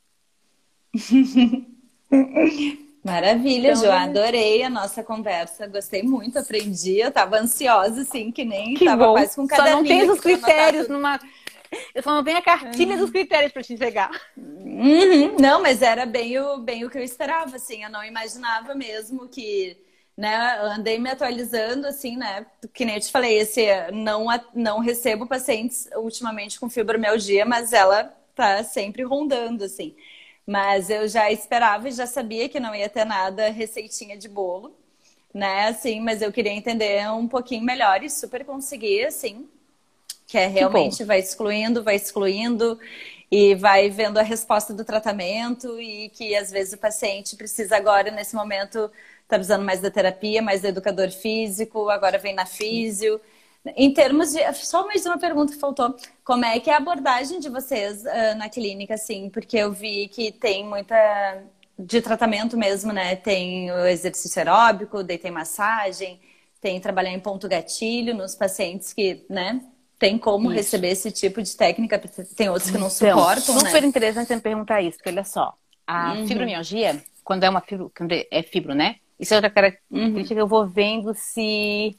Maravilha, Então, Jo. beleza. Adorei a nossa conversa. Gostei muito, aprendi. Eu tava ansiosa, assim, que nem Que tava bom. quase com um Só não caderninho tens aqui os para anotar critérios tudo. numa. Eu só não tenho a cartilha dos critérios para te entregar. Uhum. Não, mas era bem o, bem o que eu esperava, assim. Eu não imaginava mesmo que, né, andei me atualizando, assim, né? Que nem eu te falei, esse, não, a- não recebo pacientes ultimamente com fibromialgia, mas ela tá sempre rondando, assim. Mas eu já esperava e já sabia que não ia ter nada receitinha de bolo, né? Assim, mas eu queria entender um pouquinho melhor e super consegui, assim, que é Que bom. realmente vai excluindo, vai excluindo e vai vendo a resposta do tratamento e que às vezes o paciente precisa agora, nesse momento, tá precisando mais da terapia, mais do educador físico, agora vem na físio. Em termos de... Só mais uma pergunta que faltou. Como é que é a abordagem de vocês uh, na clínica, assim? Porque eu vi que tem muita... De tratamento mesmo, né? Tem o exercício aeróbico, daí tem massagem, tem trabalhar em ponto gatilho nos pacientes que, né? Tem como Isso. receber esse tipo de técnica, tem outros que não Então, suportam, super né? interessante você me perguntar isso, porque olha só, a Uhum, fibromialgia, quando é uma fibro, quando é fibro, né? Isso é outra característica uhum, que eu vou vendo se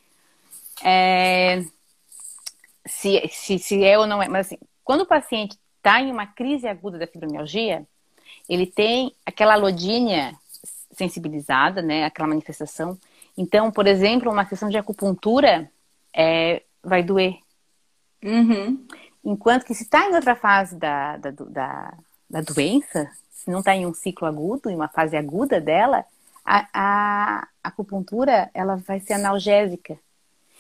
é, se, se, se é ou não é. Mas assim, quando o paciente está em uma crise aguda da fibromialgia, ele tem aquela alodínia sensibilizada, né? Aquela manifestação. Então, por exemplo, uma sessão de acupuntura é, vai doer. uhum, Enquanto que se está em outra fase da, da, da, da doença, se não está em um ciclo agudo, em uma fase aguda dela, a, a acupuntura ela vai ser analgésica.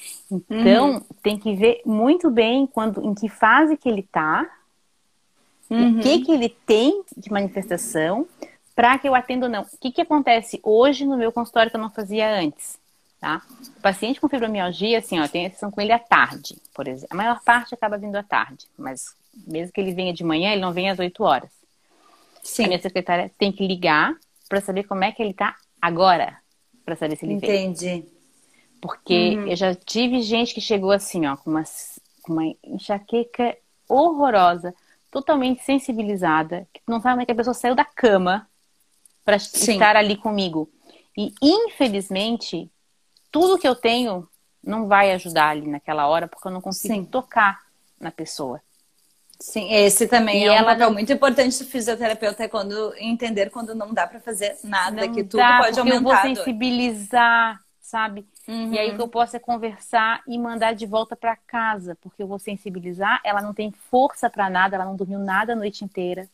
uhum, Então, tem que ver muito bem quando, em que fase que ele está Uhum. O que que ele tem de manifestação para que eu atenda ou não. O que que acontece hoje no meu consultório que eu não fazia antes, tá? O paciente com fibromialgia, assim, ó, tem a sessão com ele à tarde, por exemplo. A maior parte acaba vindo à tarde, mas mesmo que ele venha de manhã, ele não vem às oito horas. Sim. A minha secretária tem que ligar para saber como é que ele tá agora, para saber se ele veio. Entendi. Porque uhum. eu já tive gente que chegou assim, ó, com uma, com uma enxaqueca horrorosa, totalmente sensibilizada, que não sabe como é que a pessoa saiu da cama para estar ali comigo. E, infelizmente, tudo que eu tenho não vai ajudar ali naquela hora, porque eu não consigo Sim. tocar na pessoa. Sim, esse também e é um ela papel não... muito importante do fisioterapeuta, é quando entender quando não dá para fazer nada, não que tudo dá, pode aumentar. Eu vou sensibilizar, sabe? Uhum. E aí o que eu posso é conversar e mandar de volta para casa, porque eu vou sensibilizar, ela não tem força para nada, ela não dormiu nada a noite inteira,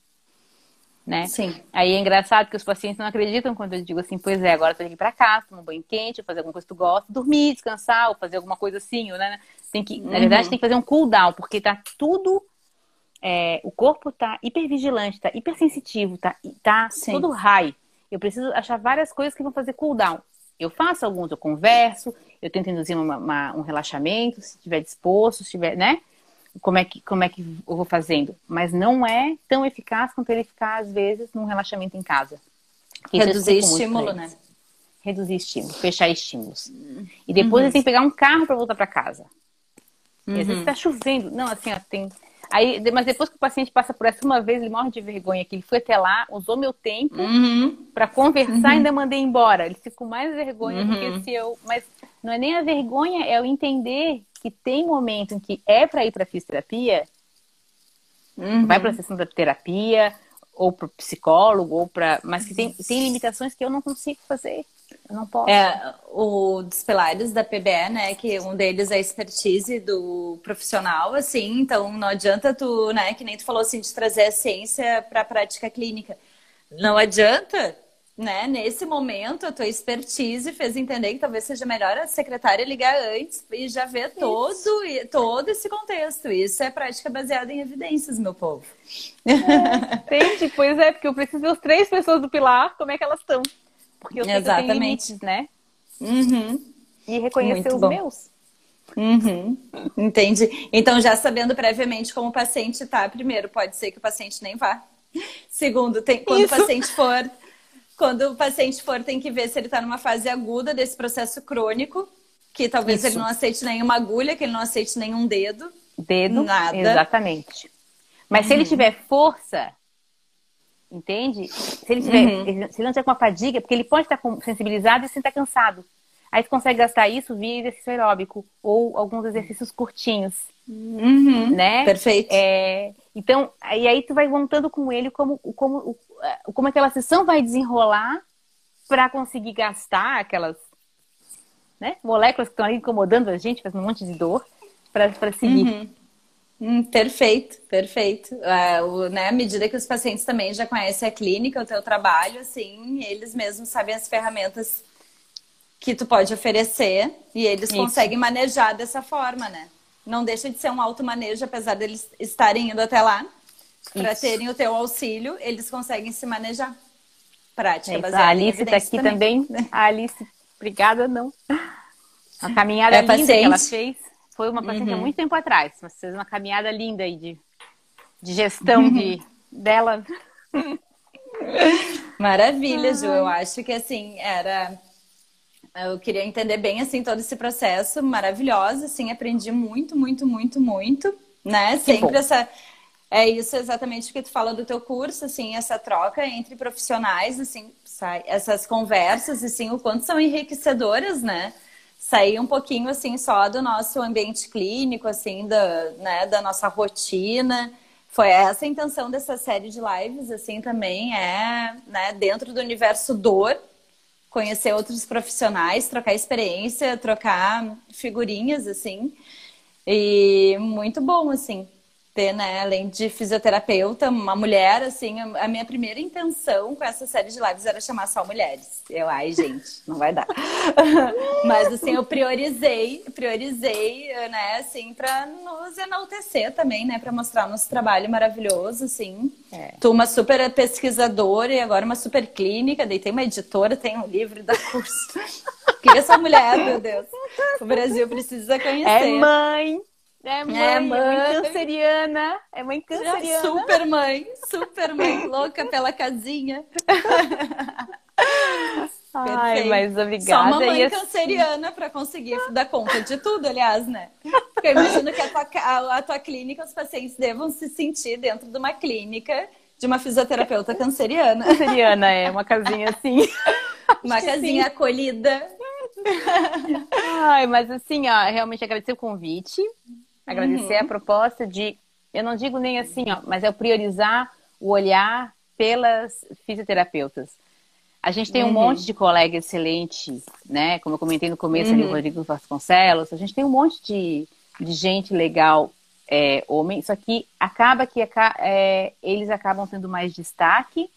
né? Sim. Aí é engraçado que os pacientes não acreditam quando eu digo assim, pois é, agora tu tem que ir para casa, tomar um banho quente, fazer alguma coisa que tu gosta, dormir, descansar, ou fazer alguma coisa assim, né? Tem que, uhum. Na verdade, tem que fazer um cool down, porque tá tudo... É, o corpo tá hipervigilante, tá hipersensitivo, tá, tá tudo high. Eu preciso achar várias coisas que vão fazer cool down. Eu faço alguns, eu converso, eu tento induzir uma, uma, um relaxamento, se estiver disposto, se estiver, né? Como é, que, como é que eu vou fazendo. Mas não é tão eficaz quanto ele ficar, às vezes, num relaxamento em casa. Reduzir estímulo, né? Reduzir estímulo, fechar estímulos. E depois uhum. ele tem que pegar um carro para voltar para casa. Uhum. E às vezes tá chovendo. Não, assim, ó, tem... Aí, mas depois que o paciente passa por essa uma vez, ele morre de vergonha, que ele foi até lá, usou meu tempo uhum. para conversar uhum. e ainda mandei embora. Ele ficou com mais vergonha uhum. do que se eu... Mas não é nem a vergonha, é o entender que tem momento em que é para ir para fisioterapia, uhum. vai para a sessão da terapia, ou para o psicólogo, ou para... Mas que tem, tem limitações que eu não consigo fazer. Eu não posso. É, o dos pilares da P B E, né, que um deles é a expertise do profissional, assim, então não adianta tu, né, que nem tu falou assim, de trazer a ciência para a prática clínica. Não adianta, né, nesse momento a tua expertise fez entender que talvez seja melhor a secretária ligar antes e já ver todo, todo esse contexto. Isso é prática baseada em evidências, meu povo. É, entende? Pois é, porque eu preciso ver as três pessoas do pilar, como é que elas estão. Porque eu sei que eu tenho limites, né? Uhum. E reconhecer Muito os bom. meus. Uhum. Entendi. Então, já sabendo previamente como o paciente tá, primeiro, pode ser que o paciente nem vá. Segundo, tem, quando Isso. o paciente for, quando o paciente for, tem que ver se ele está numa fase aguda desse processo crônico, que talvez Isso. ele não aceite nenhuma agulha, que ele não aceite nenhum dedo. Dedo, nada. Exatamente. Mas uhum. se ele tiver força... Entende? Se ele, tiver, uhum. se ele não tiver com uma fadiga, porque ele pode estar sensibilizado e sem estar cansado. Aí você consegue gastar isso via exercício aeróbico ou alguns exercícios curtinhos. Uhum. Né? Perfeito. É, então, e aí tu vai montando com ele como, como, como aquela sessão vai desenrolar para conseguir gastar aquelas, né, moléculas que estão ali incomodando a gente, fazendo um monte de dor, para seguir. Uhum. Hum, perfeito, perfeito. Uh, o, né, à medida que os pacientes também já conhecem a clínica, o teu trabalho, assim, eles mesmos sabem as ferramentas que tu pode oferecer e eles Isso. conseguem manejar dessa forma, né? Não deixa de ser um automanejo, apesar deles estarem indo até lá para terem o teu auxílio, eles conseguem se manejar. Prática é, baseada a Alice está aqui também. também. A Alice, obrigada, não. A caminhada é linda paciente. que ela fez. Foi uma paciente há uhum. muito tempo atrás. Mas fez uma caminhada linda aí de, de gestão de, dela. Maravilha, Ju. Eu acho que assim, era... Eu queria entender bem, assim, todo esse processo maravilhoso, assim, aprendi muito, muito, muito, muito, né? Que Sempre bom. essa... É isso exatamente o que tu fala do teu curso, assim, essa troca entre profissionais, assim, sai, essas conversas, assim, o quanto são enriquecedoras, né? Sair um pouquinho, assim, só do nosso ambiente clínico, assim, da, né, da nossa rotina. Foi essa a intenção dessa série de lives, assim, também é, né, dentro do universo dor, conhecer outros profissionais, trocar experiência, trocar figurinhas, assim. E muito bom, assim, ter, né, além de fisioterapeuta, uma mulher, assim, a minha primeira intenção com essa série de lives era chamar só mulheres. Eu, ai, gente, não vai dar. Mas, assim, eu priorizei, priorizei, né, assim, pra nos enaltecer também, né, pra mostrar o nosso trabalho maravilhoso, assim. É. Tu uma super pesquisadora e agora uma super clínica, daí tem uma editora, tem um livro da curso. Que essa mulher, meu Deus, o Brasil precisa conhecer. É mãe! É mãe, é mãe, é mãe canceriana, é mãe canceriana. Super mãe, super mãe, louca pela casinha. Ai, Perfeito. mas obrigada. Só uma mãe assim... canceriana para conseguir dar conta de tudo, aliás, né? Porque eu imagino que a tua, a, a tua clínica, os pacientes devam se sentir dentro de uma clínica de uma fisioterapeuta canceriana. Canceriana, é, uma casinha assim. Uma casinha sim. Acolhida. Ai, mas assim, ó, realmente agradecer o convite. Agradecer uhum. a proposta de, eu não digo nem assim, ó, mas é o priorizar o olhar pelas fisioterapeutas. A gente tem um uhum. monte de colega excelente, né? Como eu comentei no começo, uhum. ali o Rodrigo Vasconcelos. A gente tem um monte de, de gente legal, é, homem, só que acaba que é, eles acabam tendo mais destaque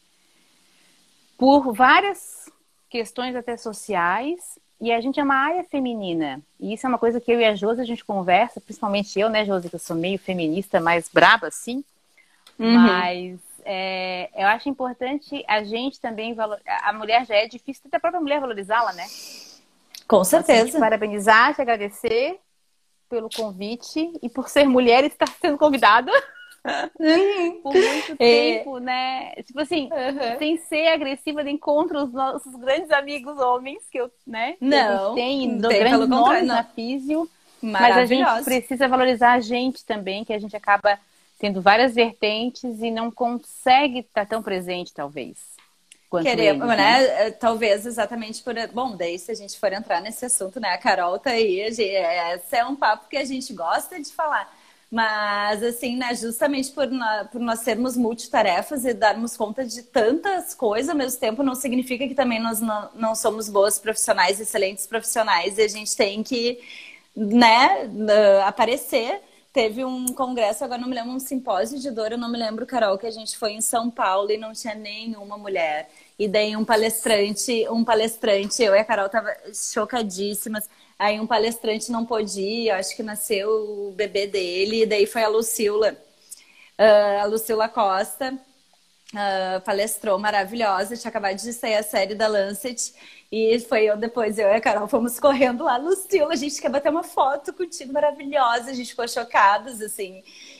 por várias questões até sociais. E a gente é uma área feminina. E isso é uma coisa que eu e a Josi, a gente conversa, principalmente eu, né, Josi, que eu sou meio feminista, mais braba, assim. Uhum. Mas é, eu acho importante a gente também valorizar. A mulher já é difícil, até a própria mulher valorizá-la, né? Com certeza. Então, assim, te parabenizar, te agradecer pelo convite e por ser mulher e estar sendo convidada. Uhum. Por muito tempo, é. né? Tipo assim, uhum. sem ser agressiva, nem contra os nossos grandes amigos homens que eu, né? Não, que tem, tem grandes nomes na físio, mas a gente precisa valorizar a gente também, que a gente acaba tendo várias vertentes e não consegue estar tão presente, talvez. Queremos, eles, né? né? Talvez exatamente por... Bom, daí se a gente for entrar nesse assunto, né? A Carol tá aí, esse é um papo que a gente gosta de falar. Mas, assim, né, justamente por, na, por nós sermos multitarefas e darmos conta de tantas coisas ao mesmo tempo, não significa que também nós não, não somos boas profissionais, excelentes profissionais, e a gente tem que, né, aparecer. Teve um congresso, agora não me lembro, um simpósio de dor, eu não me lembro, Carol, que a gente foi em São Paulo e não tinha nenhuma mulher. E daí um palestrante, um palestrante, eu e a Carol tava chocadíssimas. Aí um palestrante não pôde ir, acho que nasceu o bebê dele, e daí foi a Lucila, uh, a Lucila Costa, uh, palestrou, maravilhosa, tinha acabado de sair a série da Lancet, e foi eu depois, eu e a Carol fomos correndo lá, Lucila, a gente quer bater uma foto contigo, maravilhosa, a gente ficou chocadas, assim.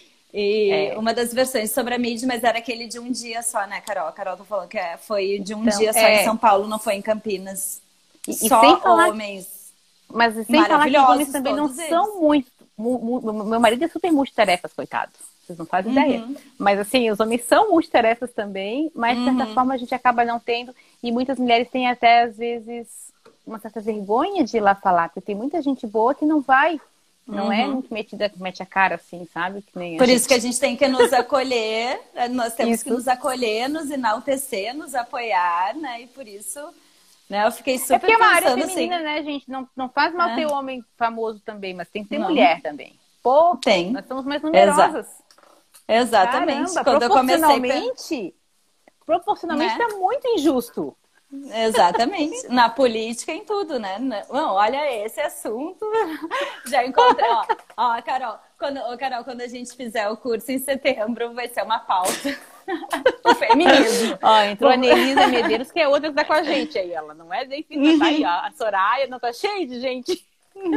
E é. uma das versões sobre a mídia, mas era aquele de um dia só, né, Carol? A Carol tá falando que é, foi de um então, dia só é. em São Paulo, não foi em Campinas. E, só e sem falar... homens. Mas sem falar que os homens também não eles. são muito... Mu, mu, meu marido é super multitarefas, coitado. Vocês não fazem uhum. ideia. Mas assim, os homens são multitarefas também, mas de certa uhum. forma a gente acaba não tendo. E muitas mulheres têm até, às vezes, uma certa vergonha de ir lá falar. Porque tem muita gente boa que não vai. Não uhum. é muito metida, mete a cara assim, sabe? Que nem Por gente... isso que a gente tem que nos acolher. Nós temos isso. que nos acolher, nos enaltecer, nos apoiar, né? E por isso... Né? Eu fiquei super é porque é uma área pensando, feminina, assim, né, gente? Não, não faz mal é. ter homem famoso também, mas tem que ter não. mulher também. Pô, tem. Nós somos mais numerosas. Exa Exatamente. Caramba, Quando proporcionalmente, eu comecei... proporcionalmente né? tá muito injusto. Exatamente. Na política, em tudo, né? Não, olha esse assunto. Já encontrei, ó. Ó, Carol, quando, ó, Carol, quando a gente fizer o curso em setembro, vai ser uma pauta. O feminismo. Ó, entrou a Nelisa Medeiros, que é outra que tá com a gente aí. Ela não é difícil, tá aí, ó. A Soraya não tá cheia de gente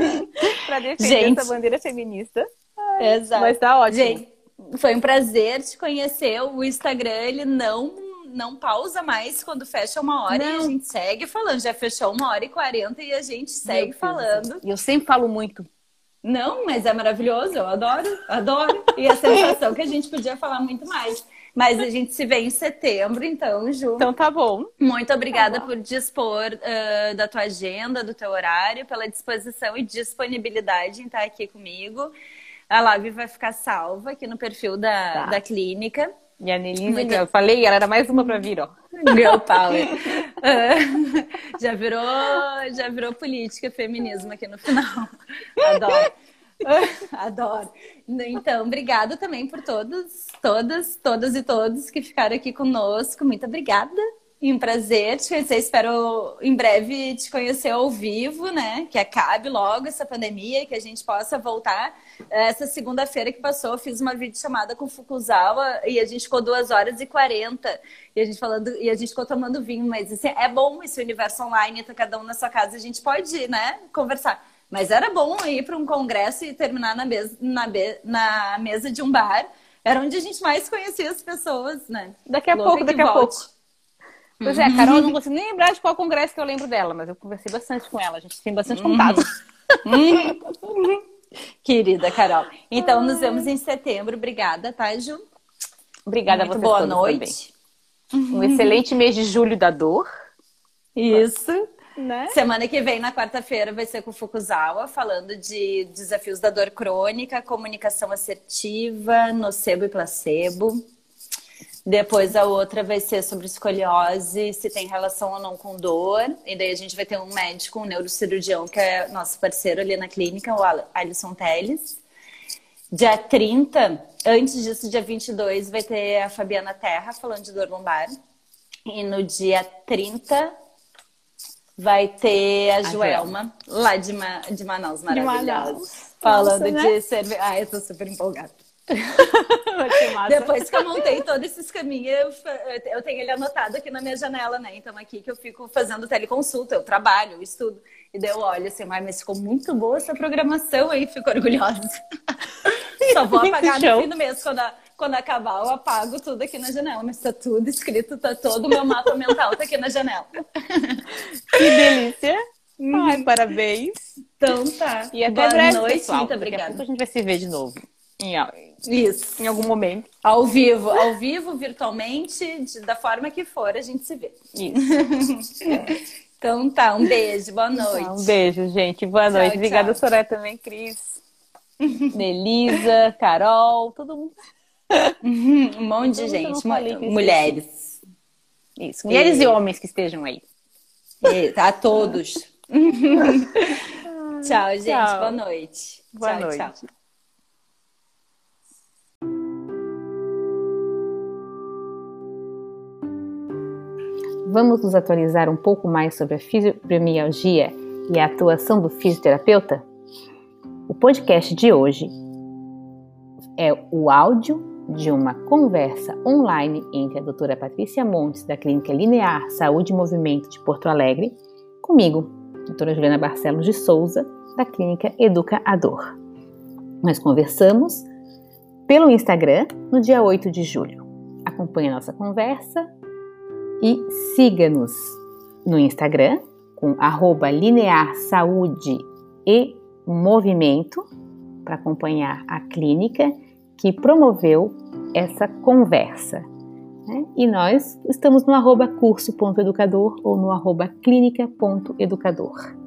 pra defender gente. essa bandeira feminista. Ai, exato. Mas tá ótimo. Gente, foi um prazer te conhecer. O Instagram, ele não... não pausa mais quando fecha uma hora não. e a gente segue falando. Já fechou uma hora e quarenta e a gente segue falando. E eu sempre falo muito. Não, mas é maravilhoso. Eu adoro, adoro. E a sensação que a gente podia falar muito mais. Mas a gente se vê em setembro, então, Ju. Então tá bom. Muito obrigada tá bom. por dispor uh, da tua agenda, do teu horário, pela disposição e disponibilidade em estar aqui comigo. A live vai ficar salva aqui no perfil da, tá. da clínica. E a Nelisa, Muito... eu falei, ela era mais uma pra vir, ó. Girl power. uh, já virou, já virou política, feminismo aqui no final. Adoro. Adoro. Então, obrigada também por todos, todas, todas e todos que ficaram aqui conosco. Muito obrigada. E um prazer te conhecer. Espero em breve te conhecer ao vivo, né? Que acabe logo essa pandemia e que a gente possa voltar. Essa segunda-feira que passou, eu fiz uma videochamada com o Fukuzawa e a gente ficou duas horas e quarenta. E a gente falando, e a gente ficou tomando vinho, mas assim, é bom esse universo online, tá cada um na sua casa, a gente pode, né, conversar. Mas era bom ir para um congresso e terminar na mesa, na, na mesa de um bar. Era onde a gente mais conhecia as pessoas, né? Daqui a Louca pouco, daqui a pouco. Pois é, a Carol, eu não consigo nem lembrar de qual congresso que eu lembro dela, mas eu conversei bastante com ela, a gente tem bastante contato. Querida Carol. Então, nos vemos em setembro. Obrigada, tá, Ju? Obrigada Muito a vocês boa noite. Também. Um excelente mês de julho da dor. Isso. Né? Semana que vem, na quarta-feira, vai ser com o Fukuzawa, falando de desafios da dor crônica, comunicação assertiva, nocebo e placebo. Depois a outra vai ser sobre escoliose, se tem relação ou não com dor. E daí a gente vai ter um médico, um neurocirurgião, que é nosso parceiro ali na clínica, o Alisson Teles. Dia trinta, antes disso, dia vinte e dois, vai ter a Fabiana Terra falando de dor lombar. E no dia trinta vai ter a, a Joelma, lá de, Ma de Manaus, maravilhosa. De Manaus. Falando Nossa, de né? cerveja. Ai, eu tô super empolgada. Depois que eu montei todos esses caminhos, eu tenho ele anotado aqui na minha janela, né? Então aqui que eu fico fazendo teleconsulta, eu trabalho, eu estudo. E daí eu olho assim, mas ficou muito boa essa programação aí, fico orgulhosa. Só vou apagar no fim do mês, quando, a, quando acabar eu apago tudo aqui na janela. Mas tá tudo escrito, tá todo o meu mapa mental tá aqui na janela. Que delícia! Ai, parabéns! Então tá. E até Boa breve, noite, pessoal. muito Daqui obrigada. a pouco a gente vai se ver de novo. Em, Isso. Em algum momento. Ao vivo, ao vivo, virtualmente, de, da forma que for, a gente se vê. Isso. Então tá, um beijo, boa noite. Tá, um beijo, gente. Boa tchau, noite. Obrigada, tchau. Soraya, também, Cris. Elisa, Carol, todo mundo. Um monte de gente, mulheres. Isso, mulheres e... e homens que estejam aí. E, tá, todos. Tchau, gente. Tchau. Boa noite. Boa tchau, noite. Tchau. Vamos nos atualizar um pouco mais sobre a fibromialgia e a atuação do fisioterapeuta? O podcast de hoje é o áudio de uma conversa online entre a doutora Patrícia Montes, da Clínica Linear Saúde e Movimento de Porto Alegre, comigo, doutora Juliana Barcelos de Souza, da Clínica Educa a Dor. Nós conversamos pelo Instagram no dia oito de julho. Acompanhe a nossa conversa e siga-nos no Instagram com arroba linear saúde e movimento para acompanhar a clínica que promoveu essa conversa. Né? E nós estamos no arroba curso ponto educador ou no arroba clínica ponto educador.